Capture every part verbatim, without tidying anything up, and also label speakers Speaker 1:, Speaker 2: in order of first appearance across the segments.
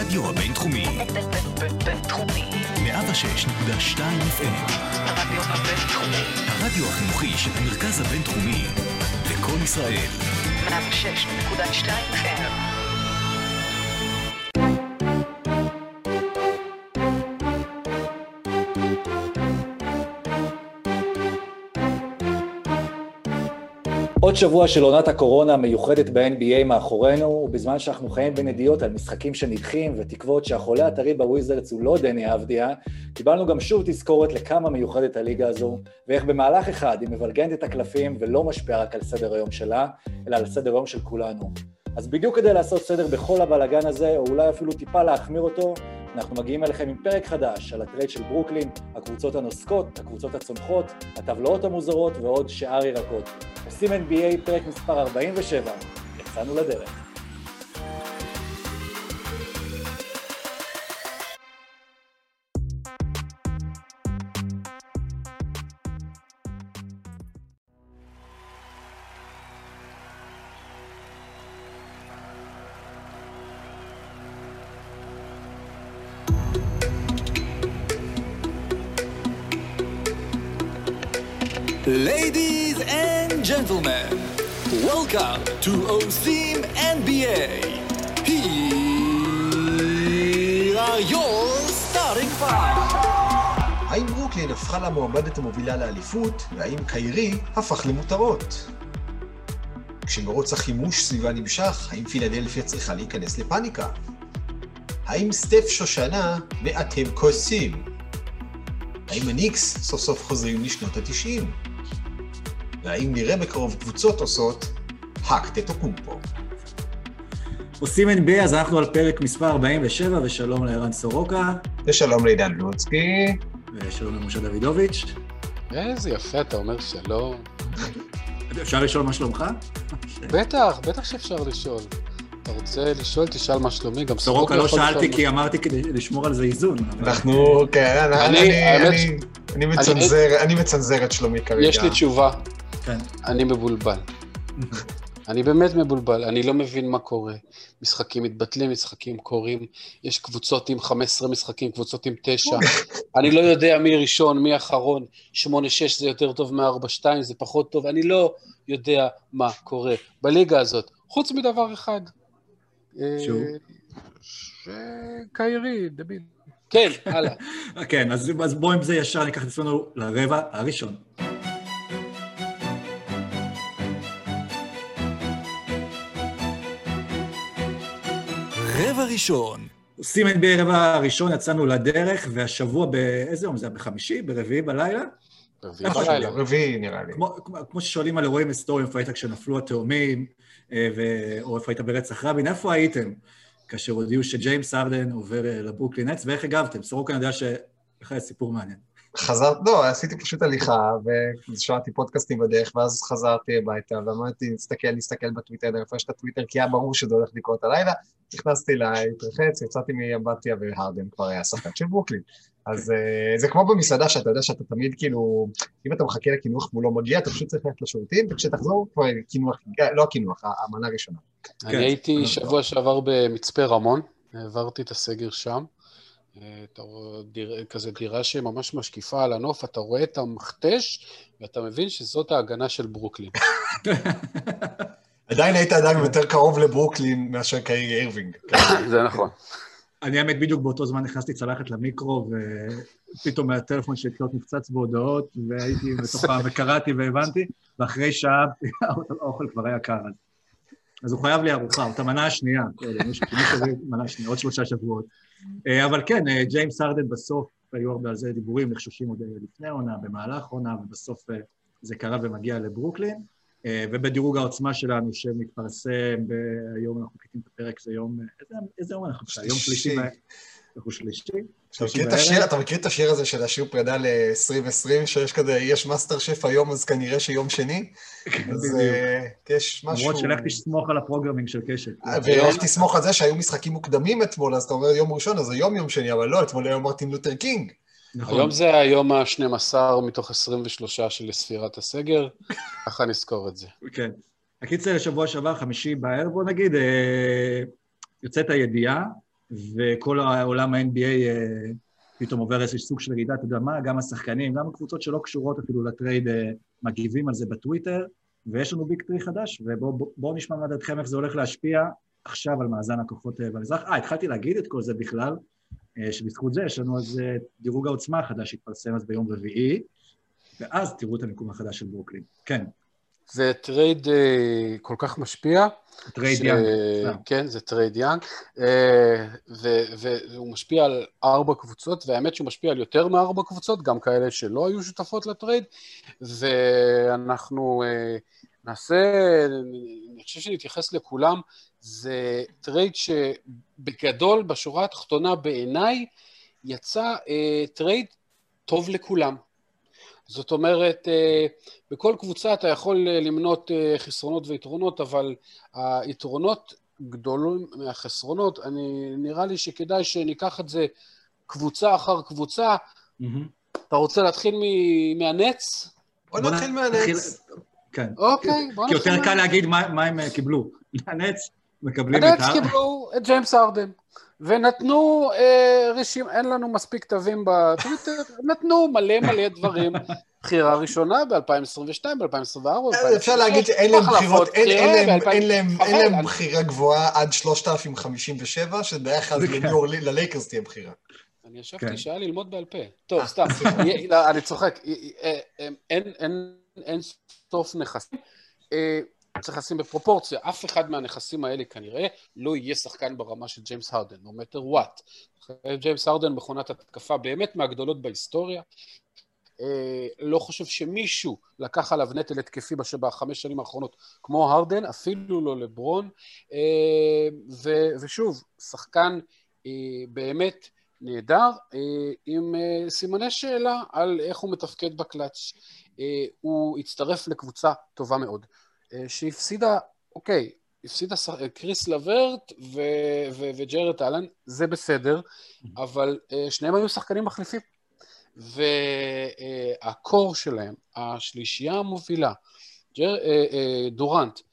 Speaker 1: הרדיו הבינתחומי.
Speaker 2: בינתחומי.
Speaker 1: מאה ושש נקודה שתיים אף אם.
Speaker 2: הרדיו הבינתחומי.
Speaker 1: הרדיו החינוכי של המרכז הבינתחומי. לקום ישראל.
Speaker 2: מאה ושש נקודה שתיים אף אם.
Speaker 3: עוד שבוע של עונת הקורונה מיוחדת ב-אן בי איי מאחורינו, ובזמן שאנחנו חיים בנדיעות על משחקים שנדחים ותקוות שהחולה הטרי בוויזרדס הוא לא דני אבדיה, קיבלנו גם שוב תזכורת לכמה מיוחדת הליגה הזו, ואיך במהלך אחד היא מבלגנת את הקלפים ולא משפיעה רק על סדר היום שלה, אלא על סדר היום של כולנו. אז בדיוק כדי לעשות סדר בכל הבלגן הזה, או אולי אפילו טיפה להחמיר אותו, אנחנו מגיעים אליכם עם פרק חדש על הטרייד של ברוקלין, הקבוצות הנוסקות, הקבוצות הצומחות, הטבלאות המוזרות ועוד שאר ירקות. עושים אן בי איי פרק מספר ארבעים ושבע, יצאנו לדרך.
Speaker 1: Ladies and gentlemen, welcome to Osim אן בי איי. Here are your starting five.
Speaker 4: האם ברוקלין הפכה למועמדת המובילה לאליפות, והאם קיירי הפך למותרות? כשמרוץ החימוש סביבה נמשך, האם פילדלפיה צריכה להיכנס לפאניקה? האם סטף שושנה ואתם כוסים? האם הניקס סוף סוף חוזרים לשנות ה-תשעים? והאם נראה בקרוב קבוצות עושות האקטטוקומפו?
Speaker 3: עושים אן בי איי, אז אנחנו על פרק מספר ארבעים ושבע, ושלום לערן סורוקה.
Speaker 4: ושלום לעידן לוצקי.
Speaker 3: ושלום למשה דוידוביץ'.
Speaker 5: איזה יפה, אתה אומר שלום.
Speaker 3: אפשר לשאול מה שלומך?
Speaker 5: בטח, בטח שאפשר לשאול. אתה רוצה לשאול, תשאל מה שלומי, גם
Speaker 3: סורוקה לא שאלתי כי אמרתי כדי לשמור על זה איזון.
Speaker 4: אנחנו, כן, אני מצנזר את שלומי כרגע.
Speaker 5: יש לי תשובה.
Speaker 3: כן.
Speaker 5: אני מבולבל. אני באמת מבולבל, אני לא מבין מה קורה. משחקים מתבטלים, משחקים קורים, יש קבוצות עם חמישה עשר משחקים, קבוצות עם תשע. אני לא יודע מי ראשון, מי אחרון, שמונה שש זה יותר טוב מ-ארבע שתיים, זה פחות טוב, אני לא יודע מה קורה בליגה הזאת. חוץ מדבר אחד.
Speaker 3: שהוא?
Speaker 5: שקיירי, דביל. כן, הלאה.
Speaker 3: כן, אז בואו עם זה ישר ניקח את עצמנו לרבע הראשון.
Speaker 1: רבע ראשון.
Speaker 3: עושים אן בי איי רבע הראשון, יצאנו לדרך, והשבוע באיזה יום זה היה? בחמישי? ברביעי בלילה?
Speaker 5: רביעי בלילה.
Speaker 4: רביעי נראה לי.
Speaker 3: כמו, כמו ששואלים על אירועים היסטוריים, איפה היית כשנפלו התאומים, או איפה היית ברצח רבין, איפה הייתם כאשר הודיעו שג'יימס ארדן עובר לברוקלין נטס, ואיך הגבתם? סורוקה, אני יודע שלך יש סיפור מעניין.
Speaker 4: חזרת, לא, עשיתי פשוט הליכה, ושמעתי פודקאסטים בדרך, ואז חזרתי הביתה, ואמרתי, נסתכל, נסתכל בטוויטר, איפה יש את הטוויטר, כי היה ברור שזה הולך לקרות הלילה, נכנסתי להתרחץ, יצאתי מאמבטיה, והרדן כבר היה שחקן של ברוקלין. אז זה כמו במסעדה, שאתה יודע שאתה תמיד כאילו, אם אתה מחכה לקינוח והוא לא מגיע, אתה פשוט צריך ללכת לשירותים, וכשתחזור כבר קינוח, לא הקינוח, המנה הראשונה.
Speaker 5: אני הייתי שבוע שעבר במצפה רמון, העברתי את הסגר שם, אתה רואה כזה דירה שממש משקיפה על הנוף, אתה רואה את המכתש, ואתה מבין שזאת ההגנה של ברוקלין.
Speaker 4: עדיין היית עדיין יותר קרוב לברוקלין מאשר קיירי אירווינג.
Speaker 5: זה נכון.
Speaker 3: אני האמת בדיוק באותו זמן נכנסתי צלחת למיקרו, ופתאום מהטלפון שהקלוט מפצץ בהודעות, והייתי בתוכה וקראתי והבנתי, ואחרי שעה האוכל כבר היה קר. אז הוא חייב לי ארוחה, אותה מנה השנייה, מנה השנייה, עוד שלושה שבועות. אבל כן, ג'יימס ארדן בסוף, היו הרבה על זה דיבורים, נחשושים עוד לפני עונה, במהלך עונה, ובסוף זה קרה ומגיע לברוקלין, ובדירוג העוצמה שלנו שמתפרסם ביום, אנחנו קטעים את הפרק, זה יום, איזה יום אנחנו קטעים? יום שלישי, אנחנו שלישי.
Speaker 4: אתה מכיר את השיר הזה של השיר פרידה ל-עשרים עשרים, שיש כזה, יש מאסטר שף היום, אז כנראה שיום שני, אז יש משהו...
Speaker 3: למרות שלך תסמוך על הפרוגרמינג של קשת.
Speaker 4: ואיך תסמוך על זה שהיו משחקים מוקדמים אתמול, אז אתה אומר יום ראשון, אז זה יום יום שני, אבל לא, אתמול היה מרטין לותר קינג.
Speaker 5: היום זה היום ה-שנים עשר מתוך עשרים ושלוש של ספירת הסגר, ככה נזכור את זה.
Speaker 3: כן. הקיצר לשבוע שעבר, חמישי בערב, בוא נגיד, יוצאת הידיעה, וכל העולם ה-אן בי איי פתאום עובר איזה סוג של רעידה, אתה יודע מה, גם השחקנים, גם הקבוצות שלא קשורות אפילו לטרייד, מגיבים על זה בטוויטר, ויש לנו ביג טרי חדש, ובואו נשמע מה דעתכם איך זה הולך להשפיע עכשיו על מאזן הכוחות במזרח. אה, התחלתי להגיד את כל זה בכלל, שבזכות זה יש לנו אז דירוג העוצמה החדש שהתפרסם אז ביום רביעי, ואז תראו את המיקום החדש של ברוקלין. כן.
Speaker 5: זה טרייד uh, כל כך משפיע.
Speaker 3: טרייד יאנג.
Speaker 5: כן, זה טרייד יאנג, uh, והוא משפיע על ארבע קבוצות, והאמת שהוא משפיע על יותר מארבע קבוצות, גם כאלה שלא היו שותפות לטרייד, ואנחנו uh, נעשה, אני חושב שנתייחס לכולם, זה טרייד שבגדול, בשורה התחתונה בעיניי, יצא uh, טרייד טוב לכולם. זאת אומרת, בכל קבוצה אתה יכול למנות חסרונות ויתרונות, אבל היתרונות גדולים מהחסרונות, אני, נראה לי שכדאי שניקח את זה קבוצה אחר קבוצה. אתה רוצה להתחיל מהנץ?
Speaker 4: בוא נתחיל מהנץ.
Speaker 3: כן.
Speaker 5: אוקיי, בוא נתחיל.
Speaker 3: כי יותר קל להגיד מה הם קיבלו. הנץ מקבלים את ה...
Speaker 5: הנץ קיבלו את ג'יימס הרדן. ונתנו אה, רשימה, אין לנו מספיק תווים בטוויטר, נתנו מלא מלא דברים, בחירה ראשונה ב-אלפיים עשרים ושתיים, ב-אלפיים עשרים וארבע,
Speaker 4: אפשר להגיד שאין להם בחירות, אין להם בחירה גבוהה עד שלושת אלפים חמישים ושבע, שבדרך כלל ללייקרס תהיה בחירה. אני
Speaker 5: ישבתי שעה ללמוד בעל פה. טוב, סתם, אני צוחק, אין סוף נכסים, צריך לשים בפרופורציה, אף אחד מהנכסים האלה כנראה לא יהיה שחקן ברמה של ג'יימס הרדן, no matter what. ג'יימס הרדן מכונת התקפה באמת מהגדולות בהיסטוריה, לא חושב שמישהו לקח עליו נטל התקפי בחמש שנים האחרונות כמו הרדן, אפילו לא לברון, ושוב, שחקן באמת נהדר, עם סימני שאלה על איך הוא מתפקד בקלאץ'. הוא הצטרף לקבוצה טובה מאוד. שהפסידה, אוקיי, הפסידה קריס לברט וג'רד אלן, זה בסדר, אבל שניהם היו שחקנים מחליפים, והקור שלהם, השלישייה המובילה, דורנט,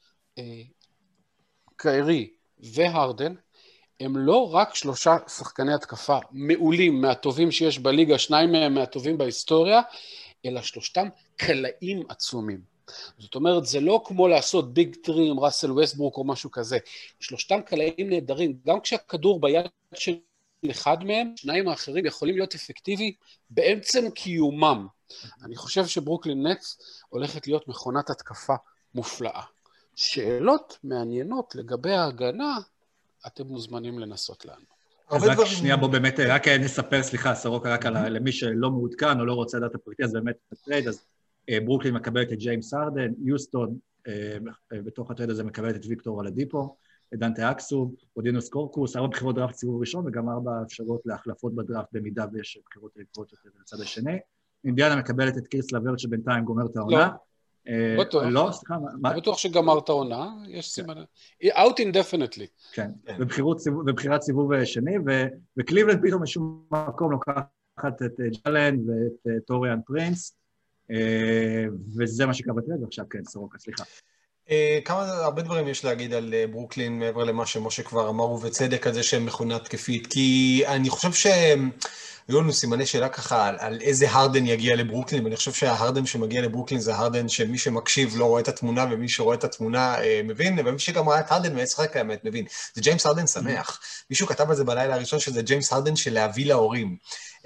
Speaker 5: קיירי והרדן, הם לא רק שלושה שחקני התקפה מעולים מהטובים שיש בליגה, שניים מהם מהטובים בהיסטוריה, אלא שלושתם קלעים עצומים. זאת אומרת, זה לא כמו לעשות ביג טרי עם ראסל וסטברוק או משהו כזה. שלושתם קלעים נהדרים, גם כשהכדור ביד של אחד מהם, שניים האחרים יכולים להיות אפקטיבי בעצם קיומם. אני חושב שברוקלין נטס הולכת להיות מכונת התקפה מופלאה. שאלות מעניינות לגבי ההגנה, אתם מוזמנים לנסות לנו.
Speaker 3: אז רק שנייה בוא באמת, רק נספר, סליחה, סורוקה, רק למי שלא מעודכן או לא רוצה לדעת הפרטי, אז באמת הטרייד, אז ברוקלין מקבלת את ג'יימס הרדן, יוסטון בתוך הטרייד הזה מקבלת את ויקטור אלדיפו, את דנטה אקסו, אודינוס קורקוס, ארבע בחירות דראפט סיבוב ראשון, וגם ארבע אפשרות להחלפות בדראפט במידה ויש בחירות ריקות יותר לצד השני. אינדיאנה מקבלת את קריס לברט שבינתיים גומר את העונה.
Speaker 5: לא, בטוח.
Speaker 3: לא, סליחה, מה?
Speaker 5: בטוח שגמר את העונה, יש סימן. Out indefinitely.
Speaker 3: כן, ובחירת סיבוב שני, וקליבלנד פתאום משום מקום לוקחת את ג'לן ואת טוריאן פרינס, וזה מה שקרה בטרייד, ועכשיו כן, סורוקה, סליחה.
Speaker 4: כמה, הרבה דברים יש להגיד על ברוקלין, מעבר למה שמשה כבר אמר, ובצדק על זה שהם מכונה תקפית, כי אני חושב שהם, היו לנו סימני שאלה ככה על, על איזה הרדן יגיע לברוקלין, ואני חושב שההרדן שמגיע לברוקלין זה הרדן שמי שמקשיב לא רואה את התמונה, ומי שרואה את התמונה אה, מבין, ומי שגם ראה את הרדן וישחק האמת מבין. זה ג'יימס הרדן שמח. מישהו כתב על זה בלילה הראשון שזה ג'יימס הרדן של להביא להורים.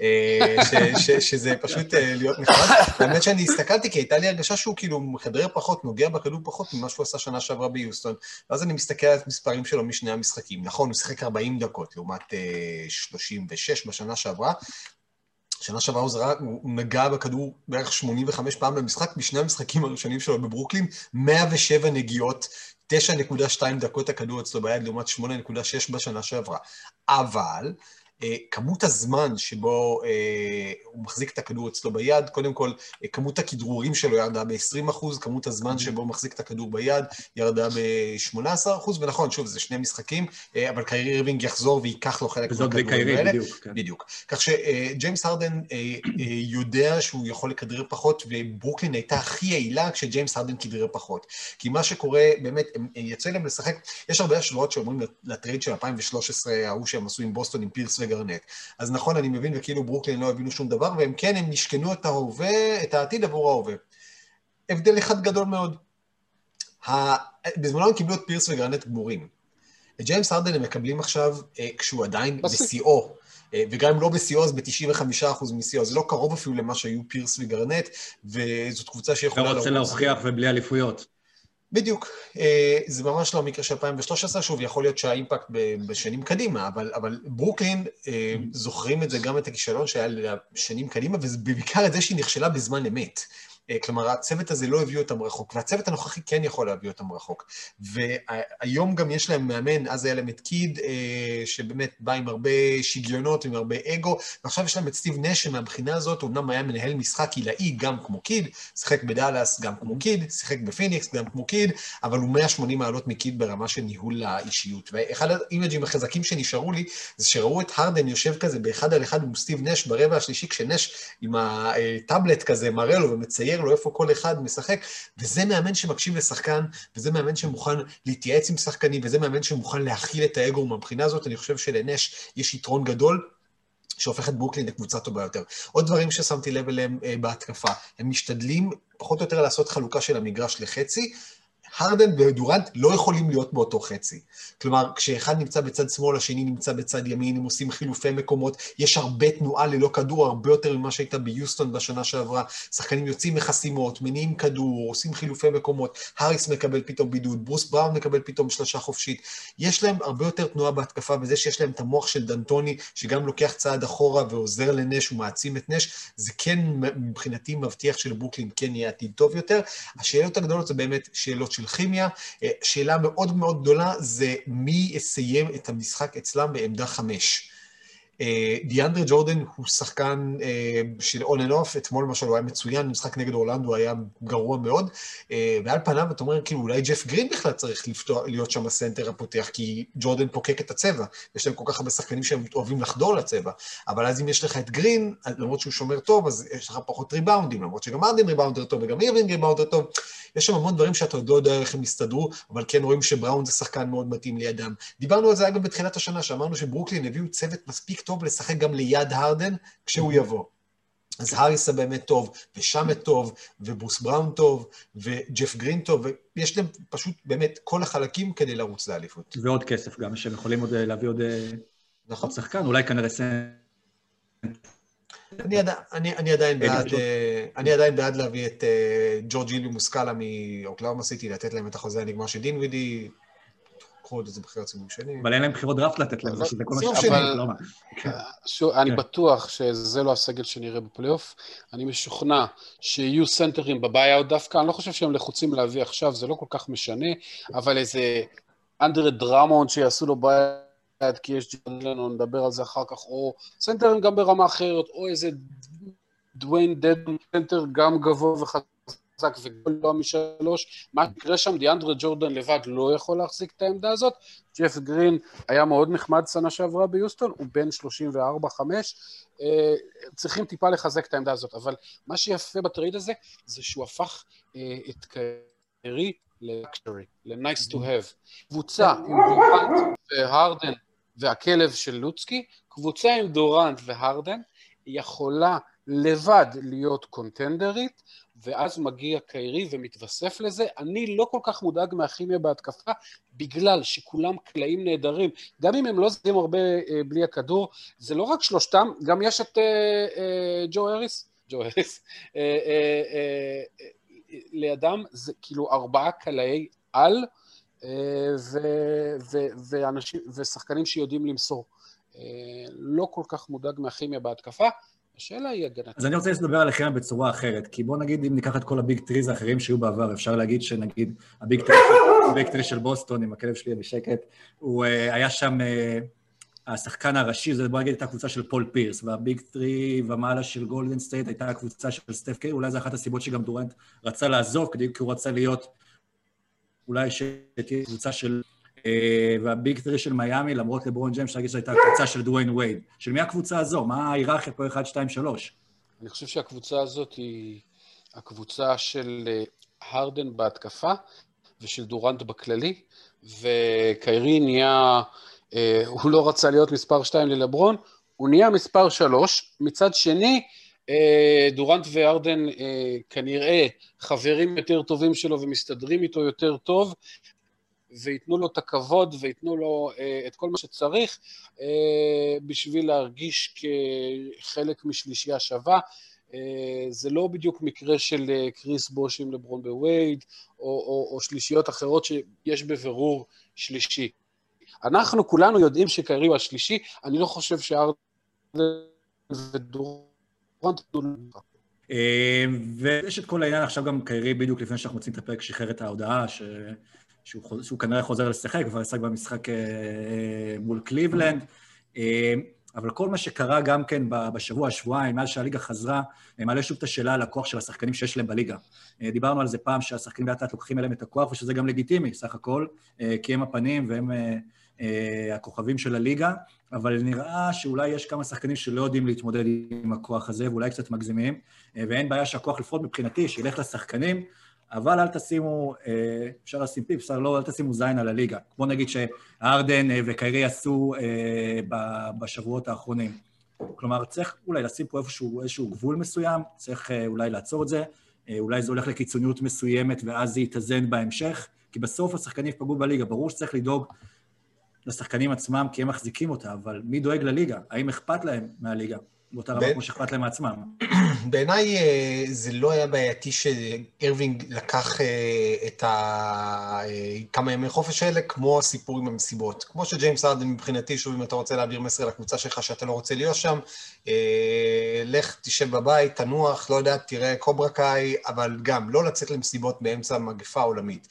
Speaker 4: ש, ש, שזה פשוט להיות נחמד. באמת שאני הסתכלתי, כי הייתה לי הרגשה שהוא כאילו מחדר פחות, נוגע בכדור פחות ממה שהוא עשה שנה שעברה ביוסטון, ואז אני מסתכל על מספרים שלו משני המשחקים. נכון, הוא שיחק ארבעים דקות, לעומת שלושים ושש בשנה שעברה. שנה שעברה הוא, זרה, הוא נגע בכדור בערך שמונים וחמש פעם במשחק, בשני המשחקים הראשונים שלו בברוקלין, מאה ושבע נגיעות, תשע נקודה שתיים דקות הכדור אצלו ביד, לעומת שמונה נקודה שש בשנה שעברה. אבל כמות הזמן שבו הוא מחזיק את הכדור אצלו ביד, קודם כל, כמות הכדרורים שלו ירדה ב-עשרים אחוז, כמות הזמן שבו הוא מחזיק את הכדור ביד ירדה ב-שמונה עשר אחוז, ונכון, שוב, זה שני משחקים, אבל קיירי אירווינג יחזור וייקח לו חלק מהכדורים האלה. בדיוק. בדיוק. כך שג'יימס הרדן יודע שהוא יכול לכדרר פחות, וברוקלין הייתה הכי יעילה כשג'יימס הרדן כדרר פחות. כי מה שקורה, באמת, הם יצא להם לשחק, יש הרבה השוואות שאומרים לטרייד של אלפיים ושלוש עשרה, ההוא שהם עשו עם בוסטון, עם פירס וגרנט. אז נכון, אני מבין, וכאילו ברוקלין לא הבינו שום דבר, והם כן, הם נשכנו את ההווה, את העתיד עבור ההווה. הבדל אחד גדול מאוד. בזמנו הם קיבלו את פירס וגרנט גמורים. את ג'יימס הרדן הם מקבלים עכשיו, כשהוא עדיין בשיאו, וגם אם לא בשיאו, אז ב-תשעים וחמישה אחוז משיאו, זה לא קרוב אפילו למה שהיו פירס וגרנט, וזאת קבוצה שיכולה...
Speaker 3: לא רוצה להוכיח ובלי אליפויות.
Speaker 4: בדיוק, זה ממש לא המקרה של אלפיים ושלוש עשרה, שוב, יכול להיות שהאימפקט בשנים קדימה, אבל, אבל ברוקלין זוכרים את זה גם את הכישלון שהיה לשנים קדימה, ובעיקר את זה שהיא נכשלה בזמן אמת. כלומר, הצוות הזה לא הביא אותם רחוק, והצוות הנוכחי כן יכול להביא אותם רחוק. והיום גם יש להם מאמן, אז היה להם את קיד, שבאמת בא עם הרבה שגיונות, עם הרבה אגו, ועכשיו יש להם את סטיב נש, שמהבחינה הזאת, אומנם היה מנהל משחק עילאי, גם כמו קיד, שיחק בדאלאס גם כמו קיד, שיחק בפיניקס גם כמו קיד, אבל הוא מאה ושמונים מעלות מקיד ברמה של ניהול האישיות. ואחד האימג'ים החזקים שנשארו לי, זה שראו את הרדן יושב כזה באחד על אחד עם סטיב נש ברבע השלישי, כשנש עם הטאבלט כזה מראה לו ומצייר לו איפה כל אחד משחק, וזה מאמן שמקשיב לשחקן, וזה מאמן שמוכן להתייעץ עם שחקנים, וזה מאמן שמוכן להכיל את האגו מהבחינה הזאת. אני חושב שלנש יש יתרון גדול, שהופך את ברוקלין לקבוצה טובה יותר. עוד דברים ששמתי לב אליהם אה, בהתקפה, הם משתדלים פחות או יותר לעשות חלוקה של המגרש לחצי, הרדן ודורנט לא יכולים להיות באותו חצי. כלומר, כשאחד נמצא בצד שמאל, השני נמצא בצד ימין, הם עושים חילופי מקומות, יש הרבה תנועה ללא כדור, הרבה יותר ממה שהייתה ביוסטון בשנה שעברה, שחקנים יוצאים מחסימות, מניעים כדור, עושים חילופי מקומות, הריס מקבל פתאום בידוד, ברוס בראון מקבל פתאום שלושה חופשית, יש להם הרבה יותר תנועה בהתקפה, וזה שיש להם את המוח של דנטוני, שגם לוקח צעד אחורה ועוזר לנש ומעצים את נש, זה כן מבחינתי מבטיח שלברוקלין כן יהיה עתיד טוב יותר. השאלות הגדולות זה באמת שאלות של כימיה. שאלה מאוד מאוד גדולה זה מי יסיים את המשחק אצלם בעמדה חמש. דיאנדרה ג'ורדן הוא שחקן של און אנד אוף, אתמול למשל הוא היה מצוין, משחק נגד אורלנדו היה גרוע מאוד, ועל פניו אתה אומר, כאילו אולי ג'ף גרין בכלל צריך לפתוח, להיות שם הסנטר הפותח, כי ג'ורדן פוקק את הצבע, יש להם כל כך הרבה שחקנים שהם אוהבים לחדור לצבע, אבל אז אם יש לך את גרין, למרות שהוא שומר טוב, אז יש לך פחות ריבאונדים, למרות שגם ארדן ריבאונדר טוב, וגם אירווינג ריבאונדר טוב, יש שם המון דברים שאתה לא יודע איך הם יסתדרו, אבל כן רואים שבראון זה שחקן מאוד מתאים לידם. דיברנו על זה אגב בתחילת השנה, שאמרנו שברוקלין הביאו צוות מספיק טוב לשחק גם ליד הרדן כשהוא יבוא. אז הריסה באמת טוב, ושמת טוב, וברוס בראון טוב, וג'ף גרין טוב, ויש להם פשוט באמת כל החלקים כדי לרוץ לאליפות.
Speaker 3: ועוד כסף גם, שהם יכולים עוד להביא עוד נכון. שחקן, אולי כנראה סנט.
Speaker 4: אני, אני, אני, עדיין בעד, אני עדיין בעד להביא את ג'ורג' ג'ילי מוסקאלה מאוקלאומה סיטי, לתת להם את החוזה הנגמר של דין וידי, קחו את זה בחירות סיבוב שני.
Speaker 3: אבל אין להם בחירות דראפט לתת להם, זה כל מה
Speaker 5: שאמר. אני בטוח שזה לא הסגל שנראה בפלייאוף, אני משוכנע שיהיו סנטרים בביי-אוט דווקא, אני לא חושב שהם לחוצים להביא עכשיו, זה לא כל כך משנה, אבל איזה אנדרה דרמונד שיעשו לו ביי-אוט, כי יש ג'רדן, נדבר על זה אחר כך, או סנטרים גם ברמה אחרת, או איזה דוויין דדון סנטר גם גבוה וחזק, וכל לא משלוש, מה יקרה שם, דיאנדרה ג'ורדן לבד לא יכול להחזיק את העמדה הזאת, ג'ף גרין היה מאוד נחמד שנה שעברה ביוסטון, הוא בין שלושים וארבע חמש, צריכים טיפה לחזק את העמדה הזאת, אבל מה שיפה בטרייד הזה, זה שהוא הפך את קיירי לקשרי, ל-nice to have, קבוצה עם דורנט והרדן והכלב של לוצקי, קבוצה עם דורנט והרדן, יכולה לבד להיות קונטנדרית, ואז מגיע קיירי ומתווסף לזה. אני לא כל כך מודאג מהכימיה בהתקפה, בגלל שכולם קלעים נהדרים, גם אם הם לא זזים הרבה אה, בלי הכדור, זה לא רק שלושתם, גם יש את אה, אה, ג'ו הריס, ג'ו הריס, אה, אה, אה, אה, לידם זה כאילו ארבעה קלעי על, אה, ו, ו, ואנשים, ושחקנים שיודעים למסור. אה, לא כל כך מודאג מהכימיה בהתקפה, השאלה היא הגנת.
Speaker 3: אז אני רוצה לדבר עליכם בצורה אחרת, כי בוא נגיד, אם ניקח את כל הביג טריז האחרים שהיו בעבר, אפשר להגיד שנגיד, הביג טריז של בוסטון, עם הכלב שלי בשקט, הוא היה שם, השחקן הראשי, זה בוא נגיד, הייתה קבוצה של פול פירס, והביג טרי ומעלה של גולדן סטייט הייתה הקבוצה של סטף קרי, אולי זו אחת הסיבות שגם דורנט רצה לעזוב, כי הוא רצה להיות, אולי שתהיה קבוצה של, והביג טרי של מיאמי, למרות לברון ג'יימס, שתגיד שהייתה הקבוצה של דוויין וייד. של מי הקבוצה הזו? מה ההיררכיה פה אחת, שתיים, שלוש?
Speaker 5: אני חושב שהקבוצה הזאת היא הקבוצה של הרדן בהתקפה, ושל דורנט בכללי, וקיירי נהיה, אה, הוא לא רצה להיות מספר שתיים ללברון, הוא נהיה מספר שלוש, מצד שני, אה, דורנט והרדן אה, כנראה חברים יותר טובים שלו, ומסתדרים איתו יותר טוב, ויתנו לו את הכבוד, ויתנו לו אה, את כל מה שצריך, אה, בשביל להרגיש כחלק משלישייה שווה, זה לא בדיוק מקרה של קריס בוש עם לברון בווייד, או, או, או שלישיות אחרות שיש בבירור שלישי. אנחנו כולנו יודעים שקיירי הוא השלישי, אני לא חושב שהארדן ודורנט...
Speaker 3: ויש את כל העניין, עכשיו גם קיירי בדיוק לפני שאנחנו מוצאים את הפרק שחרר את ההודעה, ש... שהוא, שהוא כנראה חוזר לשחק, כבר עסק במשחק מול קליבלנד, אבל כל מה שקרה גם כן בשבוע, השבועיים, מאז שהליגה חזרה, מעלה שוב את השאלה על הכוח של השחקנים שיש להם בליגה. דיברנו על זה פעם שהשחקנים לאט-לאט לוקחים אליהם את הכוח, ושזה גם לגיטימי, סך הכל, כי הם הפנים והם הכוכבים של הליגה, אבל נראה שאולי יש כמה שחקנים שלא יודעים להתמודד עם הכוח הזה, ואולי קצת מגזימים, ואין בעיה שהכוח לפחות מבחינתי, שילך לשחקנים, אבל אל תשימו, אפשר לשים פיפ, אפשר לא, אל תשימו זין על הליגה. בוא נגיד שהארדן וקיירי עשו בשבועות האחרונים. כלומר, צריך אולי לשים פה איזשהו, איזשהו גבול מסוים, צריך אולי לעצור את זה, אולי זה הולך לקיצוניות מסוימת, ואז זה יתאזן בהמשך, כי בסוף השחקנים פגעו בליגה. ברור שצריך לדאוג לשחקנים עצמם, כי הם מחזיקים אותה, אבל מי דואג לליגה? האם אכפת להם מהליגה? באותה רמה כמו שאכפת להם מעצמם.
Speaker 4: בעיניי זה לא היה בעייתי שאירווינג לקח את כמה ימי חופש האלה, כמו הסיפור עם המסיבות. כמו שג'יימס הרדן מבחינתי, שוב אם אתה רוצה להעביר מסר לקבוצה שלך שאתה לא רוצה להיות שם, לך תשב בבית, תנוח, לא יודע, תראה קוברה קאי, אבל גם לא לצאת למסיבות באמצע מגפה עולמית.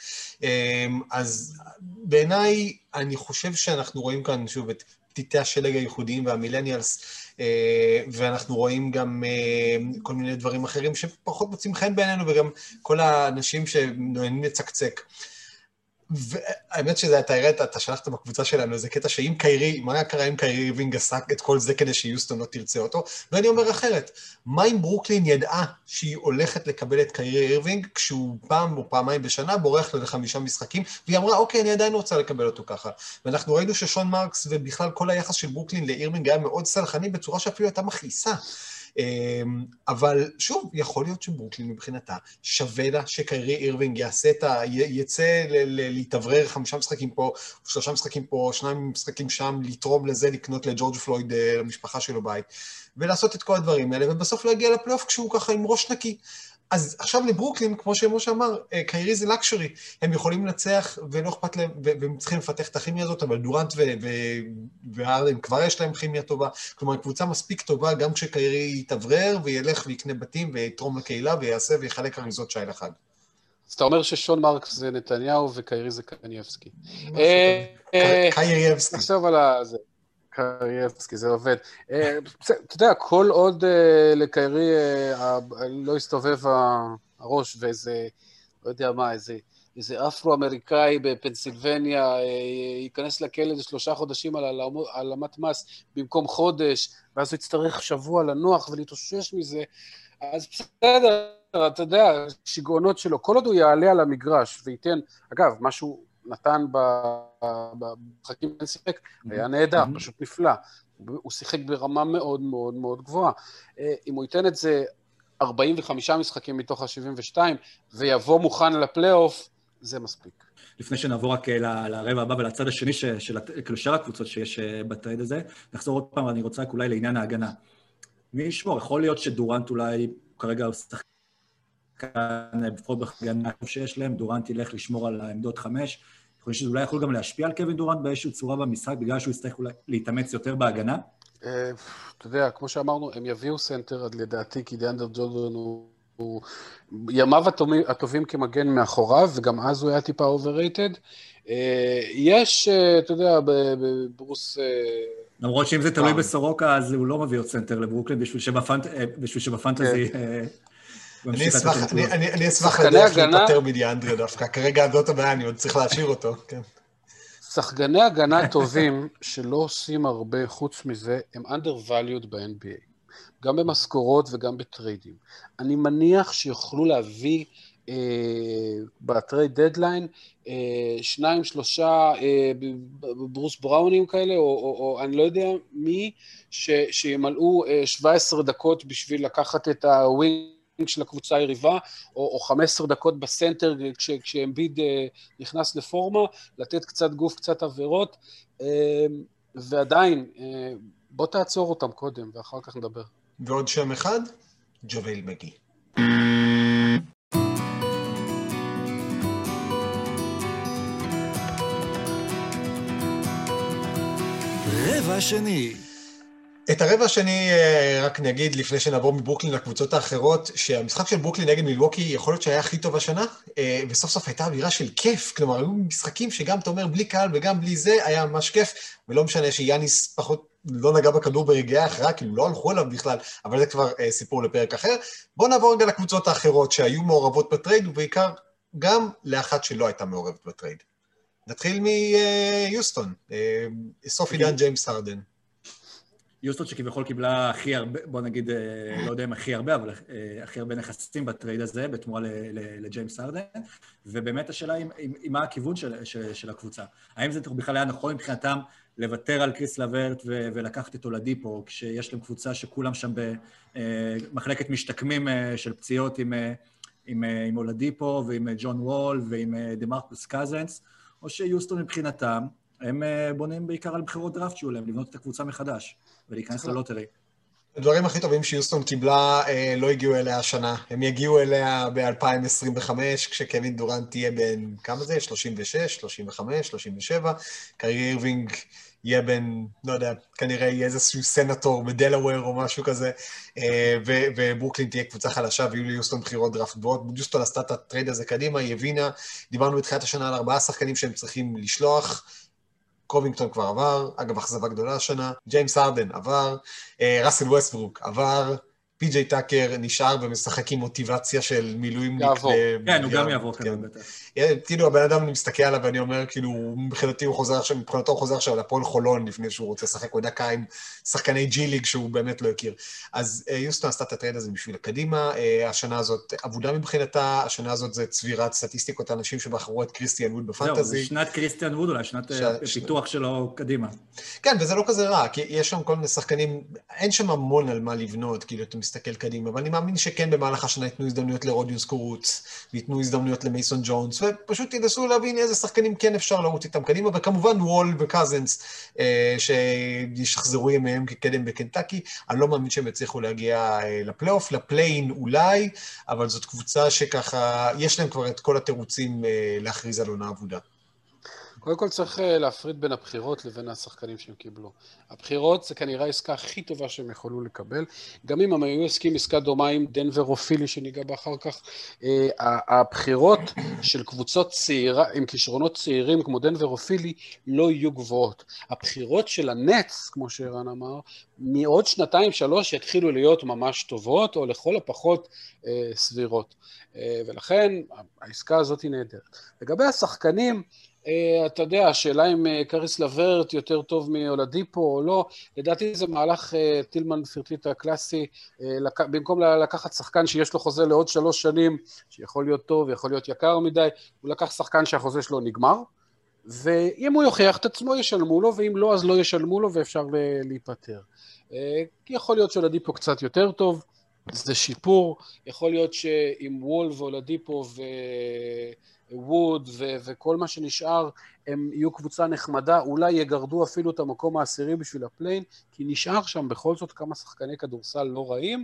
Speaker 4: אז בעיניי אני חושב שאנחנו רואים כאן שוב את פתיתי השלג הייחודיים והמילניאלס, ואנחנו רואים גם כל מיני דברים אחרים שפחות מוצאים חן בעינינו, וגם כל האנשים שנוענים לצקצק. והאמת שזה, אתה הראת, אתה שלחת בקבוצה שלנו, זה קטע שאם קיירי, מה היה קרה אם קיירי אירווינג עסק את כל זה כדי שיוסטון לא תרצה אותו? ואני אומר אחרת, מה אם ברוקלין ידעה שהיא הולכת לקבל את קיירי אירווינג, כשהוא פעם או פעמיים בשנה בורח לחמישה משחקים, והיא אמרה, אוקיי, אני עדיין רוצה לקבל אותו ככה. ואנחנו ראינו ששון מרקס ובכלל כל היחס של ברוקלין לאירווינג היה מאוד סלחני, בצורה שאפילו הייתה מכעיסה. אבל שוב, יכול להיות שברוקלין מבחינתה שווה לה שקיירי אירווינג יעשה את ה... יצא להתאוורר חמישה משחקים פה, שלושה משחקים פה, שניים משחקים שם, לתרום לזה, לקנות לג'ורג' פלויד, למשפחה שלו בית, ולעשות את כל הדברים האלה, ובסוף להגיע לפלייאוף כשהוא ככה עם ראש נקי. אז עכשיו לברוקלין, כמו שמשה אמר, קיירי זה לקשרי, הם יכולים לנצח ולא אכפת להם, והם צריכים לפתח את הכימיה הזאת, אבל דורנט והארדן כבר יש להם כימיה טובה, כלומר, קבוצה מספיק טובה, גם כשקיירי יתאוורר וילך ויקנה בתים ויתרום לקהילה ויעשה ויחלק אריזות שי לחג.
Speaker 5: אז אתה אומר ששון מרקס זה נתניהו וקיירי זה קנייבסקי.
Speaker 4: קייריבסקי.
Speaker 5: תחשוב על זה. קייריבסקי, זה עובד. אתה יודע, כל עוד לקיירי לא הסתובב הראש ואיזה, לא יודע מה, איזה אפרו-אמריקאי בפנסילבניה ייכנס לכלא לשלושה חודשים על העלמת מס במקום חודש, ואז הוא יצטרך שבוע לנוח ולהתאושש מזה, אז בסדר, אתה יודע, שיגעונות שלו, כל עוד הוא יעלה על המגרש וייתן, אגב, משהו נתן במשחקים בין שיחק, היה נהדר, פשוט נפלא. הוא שיחק ברמה מאוד מאוד מאוד גבוהה. אם הוא ייתן את זה ארבעים וחמישה משחקים מתוך ה-שבעים ושתיים, ויבוא מוכן לפלייאוף, זה מספיק.
Speaker 3: לפני שנעבור רק לרבע הבא ולצד השני של שאר הקבוצות שיש בטרייד הזה, נחזור עוד פעם, אני רוצה אולי לעניין ההגנה. מי ישמור? יכול להיות שדורנט אולי, כרגע הוא שחקן, לפחות בהגנה שיש להם, דורנט ילך לשמור על העמדות חמש, אני חושב שזה אולי יכול גם להשפיע על קווין דורנט באיזושהי צורה במשחק, בגלל שהוא יצטרך אולי להתאמץ יותר בהגנה?
Speaker 5: אתה יודע, כמו שאמרנו, הם יביאו סנטר עד לדעתי, כי דיאנדר ג'ורדן הוא ימיו הטובים כמגן מאחוריו, וגם אז הוא היה טיפה overrated. יש, אתה יודע, ברוס
Speaker 3: למרות שאם זה תלוי בסורוקה, אז הוא לא מביא עוד סנטר לברוקלין, בשביל שבפנטזי...
Speaker 4: אני אשמח לדעת להיפטר מדיאנדרה דווקא, כרגע זאת הבעיה, אני עוד צריך להשאיר אותו, כן.
Speaker 5: שחקני הגנה טובים שלא עושים הרבה חוץ מזה, הם undervalued ב-אן בי איי, גם במשכורות וגם בטריידים. אני מניח שיוכלו להביא אה, בטרייד דדליין אה, שניים, שלושה אה, ברוס בראונים כאלה, או, או, או אני לא יודע מי, ש, שימלאו אה, שבע עשרה דקות בשביל לקחת את הווינג, של הקבוצה היריבה, או, או חמש עשרה דקות בסנטר, כש, כשאמביד אה, נכנס לפורמה, לתת קצת גוף, קצת עבירות, אה, ועדיין, אה, בוא תעצור אותם קודם, ואחר כך נדבר.
Speaker 4: ועוד שם אחד, ג'וואל מגי.
Speaker 1: רבע שני.
Speaker 4: את הרבע השני רק נגיד, לפני שנעבור מברוקלין לקבוצות האחרות, שהמשחק של ברוקלין נגד מילווקי יכול להיות שהיה הכי טוב השנה, וסוף סוף הייתה אווירה של כיף, כלומר, היו משחקים שגם אתה אומר בלי קהל וגם בלי זה, היה ממש כיף, ולא משנה שיאניס פחות לא נגע בכדור ברגעי ההכרעה, כאילו לא הלכו עליו בכלל, אבל זה כבר סיפור לפרק אחר. בואו נעבור רגע לקבוצות האחרות שהיו מעורבות בטרייד, ובעיקר גם לאחת שלא הייתה מעורבת בטרייד. נתחיל מיוסטון, סוף עידן ג'יימס הרדן.
Speaker 3: יוסטון שכביכול קיבלה הכי הרבה, בוא נגיד, לא יודע אם הכי הרבה, אבל הכי הרבה נכסים בטרייד הזה, בתמורה לג'יימס הרדן, ובאמת השאלה היא, היא מה הכיוון של, של, של הקבוצה. האם זה בכלל היה נכון מבחינתם לוותר על קריס לברט ולקחת את אולדיפו, כשיש להם קבוצה שכולם שם במחלקת משתקמים של פציעות עם, עם, עם אולדיפו ועם ג'ון וול ועם דמרקוס קזנס, או שיוסטון מבחינתם, הם בונים בעיקר על בחירות דראפט שיהיו להם, לבנות את הקבוצה מחדש, ולהיכנס ללוטרי.
Speaker 4: הדברים הכי טובים שיוסטון קיבלה לא הגיעו אליה השנה. הם יגיעו אליה ב-אלפיים עשרים וחמש, כשקווין דורנט תהיה בין, כמה זה? שלושים ושש, שלושים וחמש, שלושים ושבע. קיירי אירווינג יהיה בין, לא יודע, כנראה יהיה איזשהו סנטור בדלוור או משהו כזה, וברוקלין תהיה קבוצה חלשה, ויהיו ליוסטון בחירות דראפט גבוהות. יוסטון עשתה את הטרייד הזה קדימה, היא הבינה, דיברנו בתחילת השנה על ארבעה שחקנים שהם צריכים לשלוח, קובינגטון כבר עבר, אגב, אכזבה גדולה השנה, ג'יימס הרדן עבר, ראסל ווסטברוק עבר, פי ג'יי טאקר נשאר ומשחק עם מוטיבציה של מילואים.
Speaker 3: יעבור, כן, הוא גם יעבור כזה בטח.
Speaker 4: כאילו, הבן אדם אני מסתכל עליו ואני אומר, כאילו, מבחינתי הוא חוזר עכשיו, מבחינתו הוא חוזר עכשיו לפועל חולון, לפני שהוא רוצה לשחק עוד דקה עם שחקני ג'י ליג שהוא באמת לא הכיר. אז יוסטון עשתה את הטרייד הזה בשביל הקדימה, השנה הזאת עבודה מבחינתה, השנה הזאת זה צבירת סטטיסטיקות, אנשים שבחרו את קריסטיאן ווד בפנטזי.
Speaker 3: זהו, שנת קריסטיאן ווד אולי, שנת פיתוח שלו קדימה.
Speaker 4: כן, וזה לא כזה רע, כי יש שם כל מיני שחקנים, אין שם המון על מה לבנות, כאילו, אתה מסתכל קדימה, אבל אני מאמין שכן במהלך השנה ייתנו הזדמנויות לרודיוס קורוץ, וייתנו הזדמנויות למייסון ג'ונס, ופשוט תנסו להבין איזה שחקנים כן אפשר לרוץ איתם קדימה, וכמובן וול וקזנס, אה, שישחזרו ימיהם כקדם בקנטקי, אני לא מאמין שהם יצליחו להגיע אה, לפלייאוף, לפליין אולי, אבל זאת קבוצה שככה, יש להם כבר את כל התירוצים אה, להכריז על עונה עבודה.
Speaker 5: קודם כל צריך להפריד בין הבחירות לבין השחקנים שהם קיבלו. הבחירות זה כנראה העסקה הכי טובה שהם יכולו לקבל, גם אם הם היו עסקים עסקה דומה עם דנבר או פילי שניגע בה אחר כך, הבחירות של קבוצות צעירה, עם כישרונות צעירים כמו דנבר או פילי, לא יהיו גבוהות. הבחירות של הנץ, כמו שערן אמר, מעוד שנתיים שלוש יתחילו להיות ממש טובות, או לכל הפחות סבירות. ולכן העסקה הזאת היא נהדרת. לגבי השחקנים, אתה יודע, השאלה אם קריס לברט יותר טוב מאולדיפו או לא, לדעתי זה מהלך טילמן פרטיטה הקלאסי, במקום לקחת שחקן שיש לו חוזה לעוד שלוש שנים, שיכול להיות טוב ויכול להיות יקר מדי, הוא לקח שחקן שהחוזה שלו נגמר, ואם הוא יוכיח את עצמו ישלמו לו, ואם לא אז לא ישלמו לו ואפשר להיפטר. יכול להיות שאולדיפו קצת יותר טוב, זה שיפור, יכול להיות שעם וול ואולדיפו ו... ווד ו- וכל מה שנשאר, הם יהיו קבוצה נחמדה, אולי יגרדו אפילו את המקום העשירי בשביל הפליין, כי נשאר שם בכל זאת כמה שחקני כדורסל לא רעים,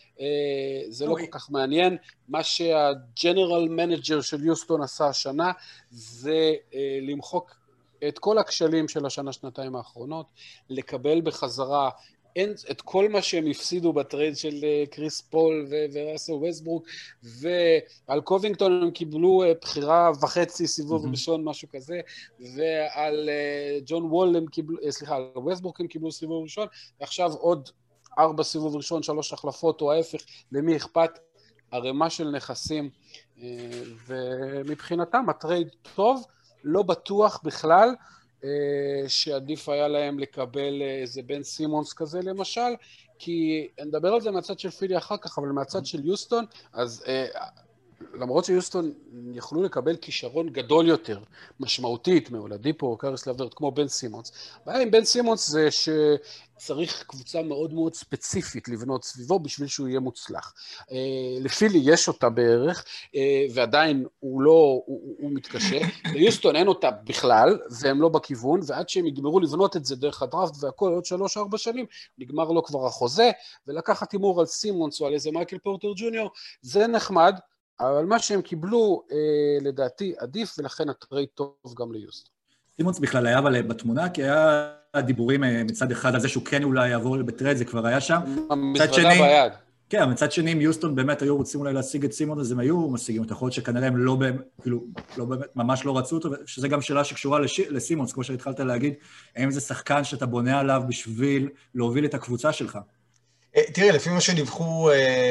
Speaker 5: זה לא כל כך מעניין, מה שהג'נרל מנג'ר של יוסטון עשה השנה, זה למחוק את כל הכשלים של השנה שנתיים האחרונות, לקבל בחזרה אין את כל מה שהם הפסידו בטרייד של קריס פול וראסל ווסטברוק, ועל קובינגטון הם קיבלו בחירה וחצי סיבוב ראשון, משהו כזה, ועל ג'ון וול הם קיבלו, סליחה, על ווסטברוק הם קיבלו סיבוב ראשון, ועכשיו עוד ארבע סיבוב ראשון, שלוש החלפות, או ההפך, למי אכפת? הרמה של נכסים, ומבחינתם הטרייד טוב, לא בטוח בכלל, שעדיף היה להם לקבל איזה בן סימונס כזה למשל, כי נדבר על זה מהצד של פילי אחר כך, אבל מהצד של יוסטון, אז למרות שיוסטון יכלו לקבל כישרון גדול יותר, משמעותית מאולדיפו או קריס לברט, כמו בן סימונס. הבעיה עם בן סימונס זה שצריך קבוצה מאוד מאוד ספציפית לבנות סביבו בשביל שהוא יהיה מוצלח. לפילי יש אותה בערך, ועדיין הוא לא, הוא, הוא מתקשה. ליוסטון אין אותה בכלל, והם לא בכיוון, ועד שהם יגמרו לבנות את זה דרך הדראפט והכל, עוד שלוש ארבע שנים, נגמר לו כבר החוזה, ולקחת הימור על סימונס או על איזה מייקל פורטר ג'וניור, זה נחמד, אבל מה שהם קיבלו, אה, לדעתי, עדיף, ולכן הטרייד טוב גם ליוסטון.
Speaker 3: סימונס בכלל היה אבל בתמונה, כי היה דיבורים מצד אחד על זה שהוא כן אולי יעבור בטרייד, זה כבר היה שם.
Speaker 5: המזוודה ביד.
Speaker 3: כן, מצד שני, אם יוסטון באמת היו רוצים אולי להשיג את סימונס, אז הם היו משיגים את החוד שכנראה הם לא, כאילו, לא באמת, ממש לא רצו אותו, שזה גם שאלה שקשורה לש... לסימונס, כמו שהתחלת להגיד, האם זה שחקן שאתה בונה עליו בשביל להוביל את הקבוצה שלך?
Speaker 4: תראה, לפי מה שדיווחו,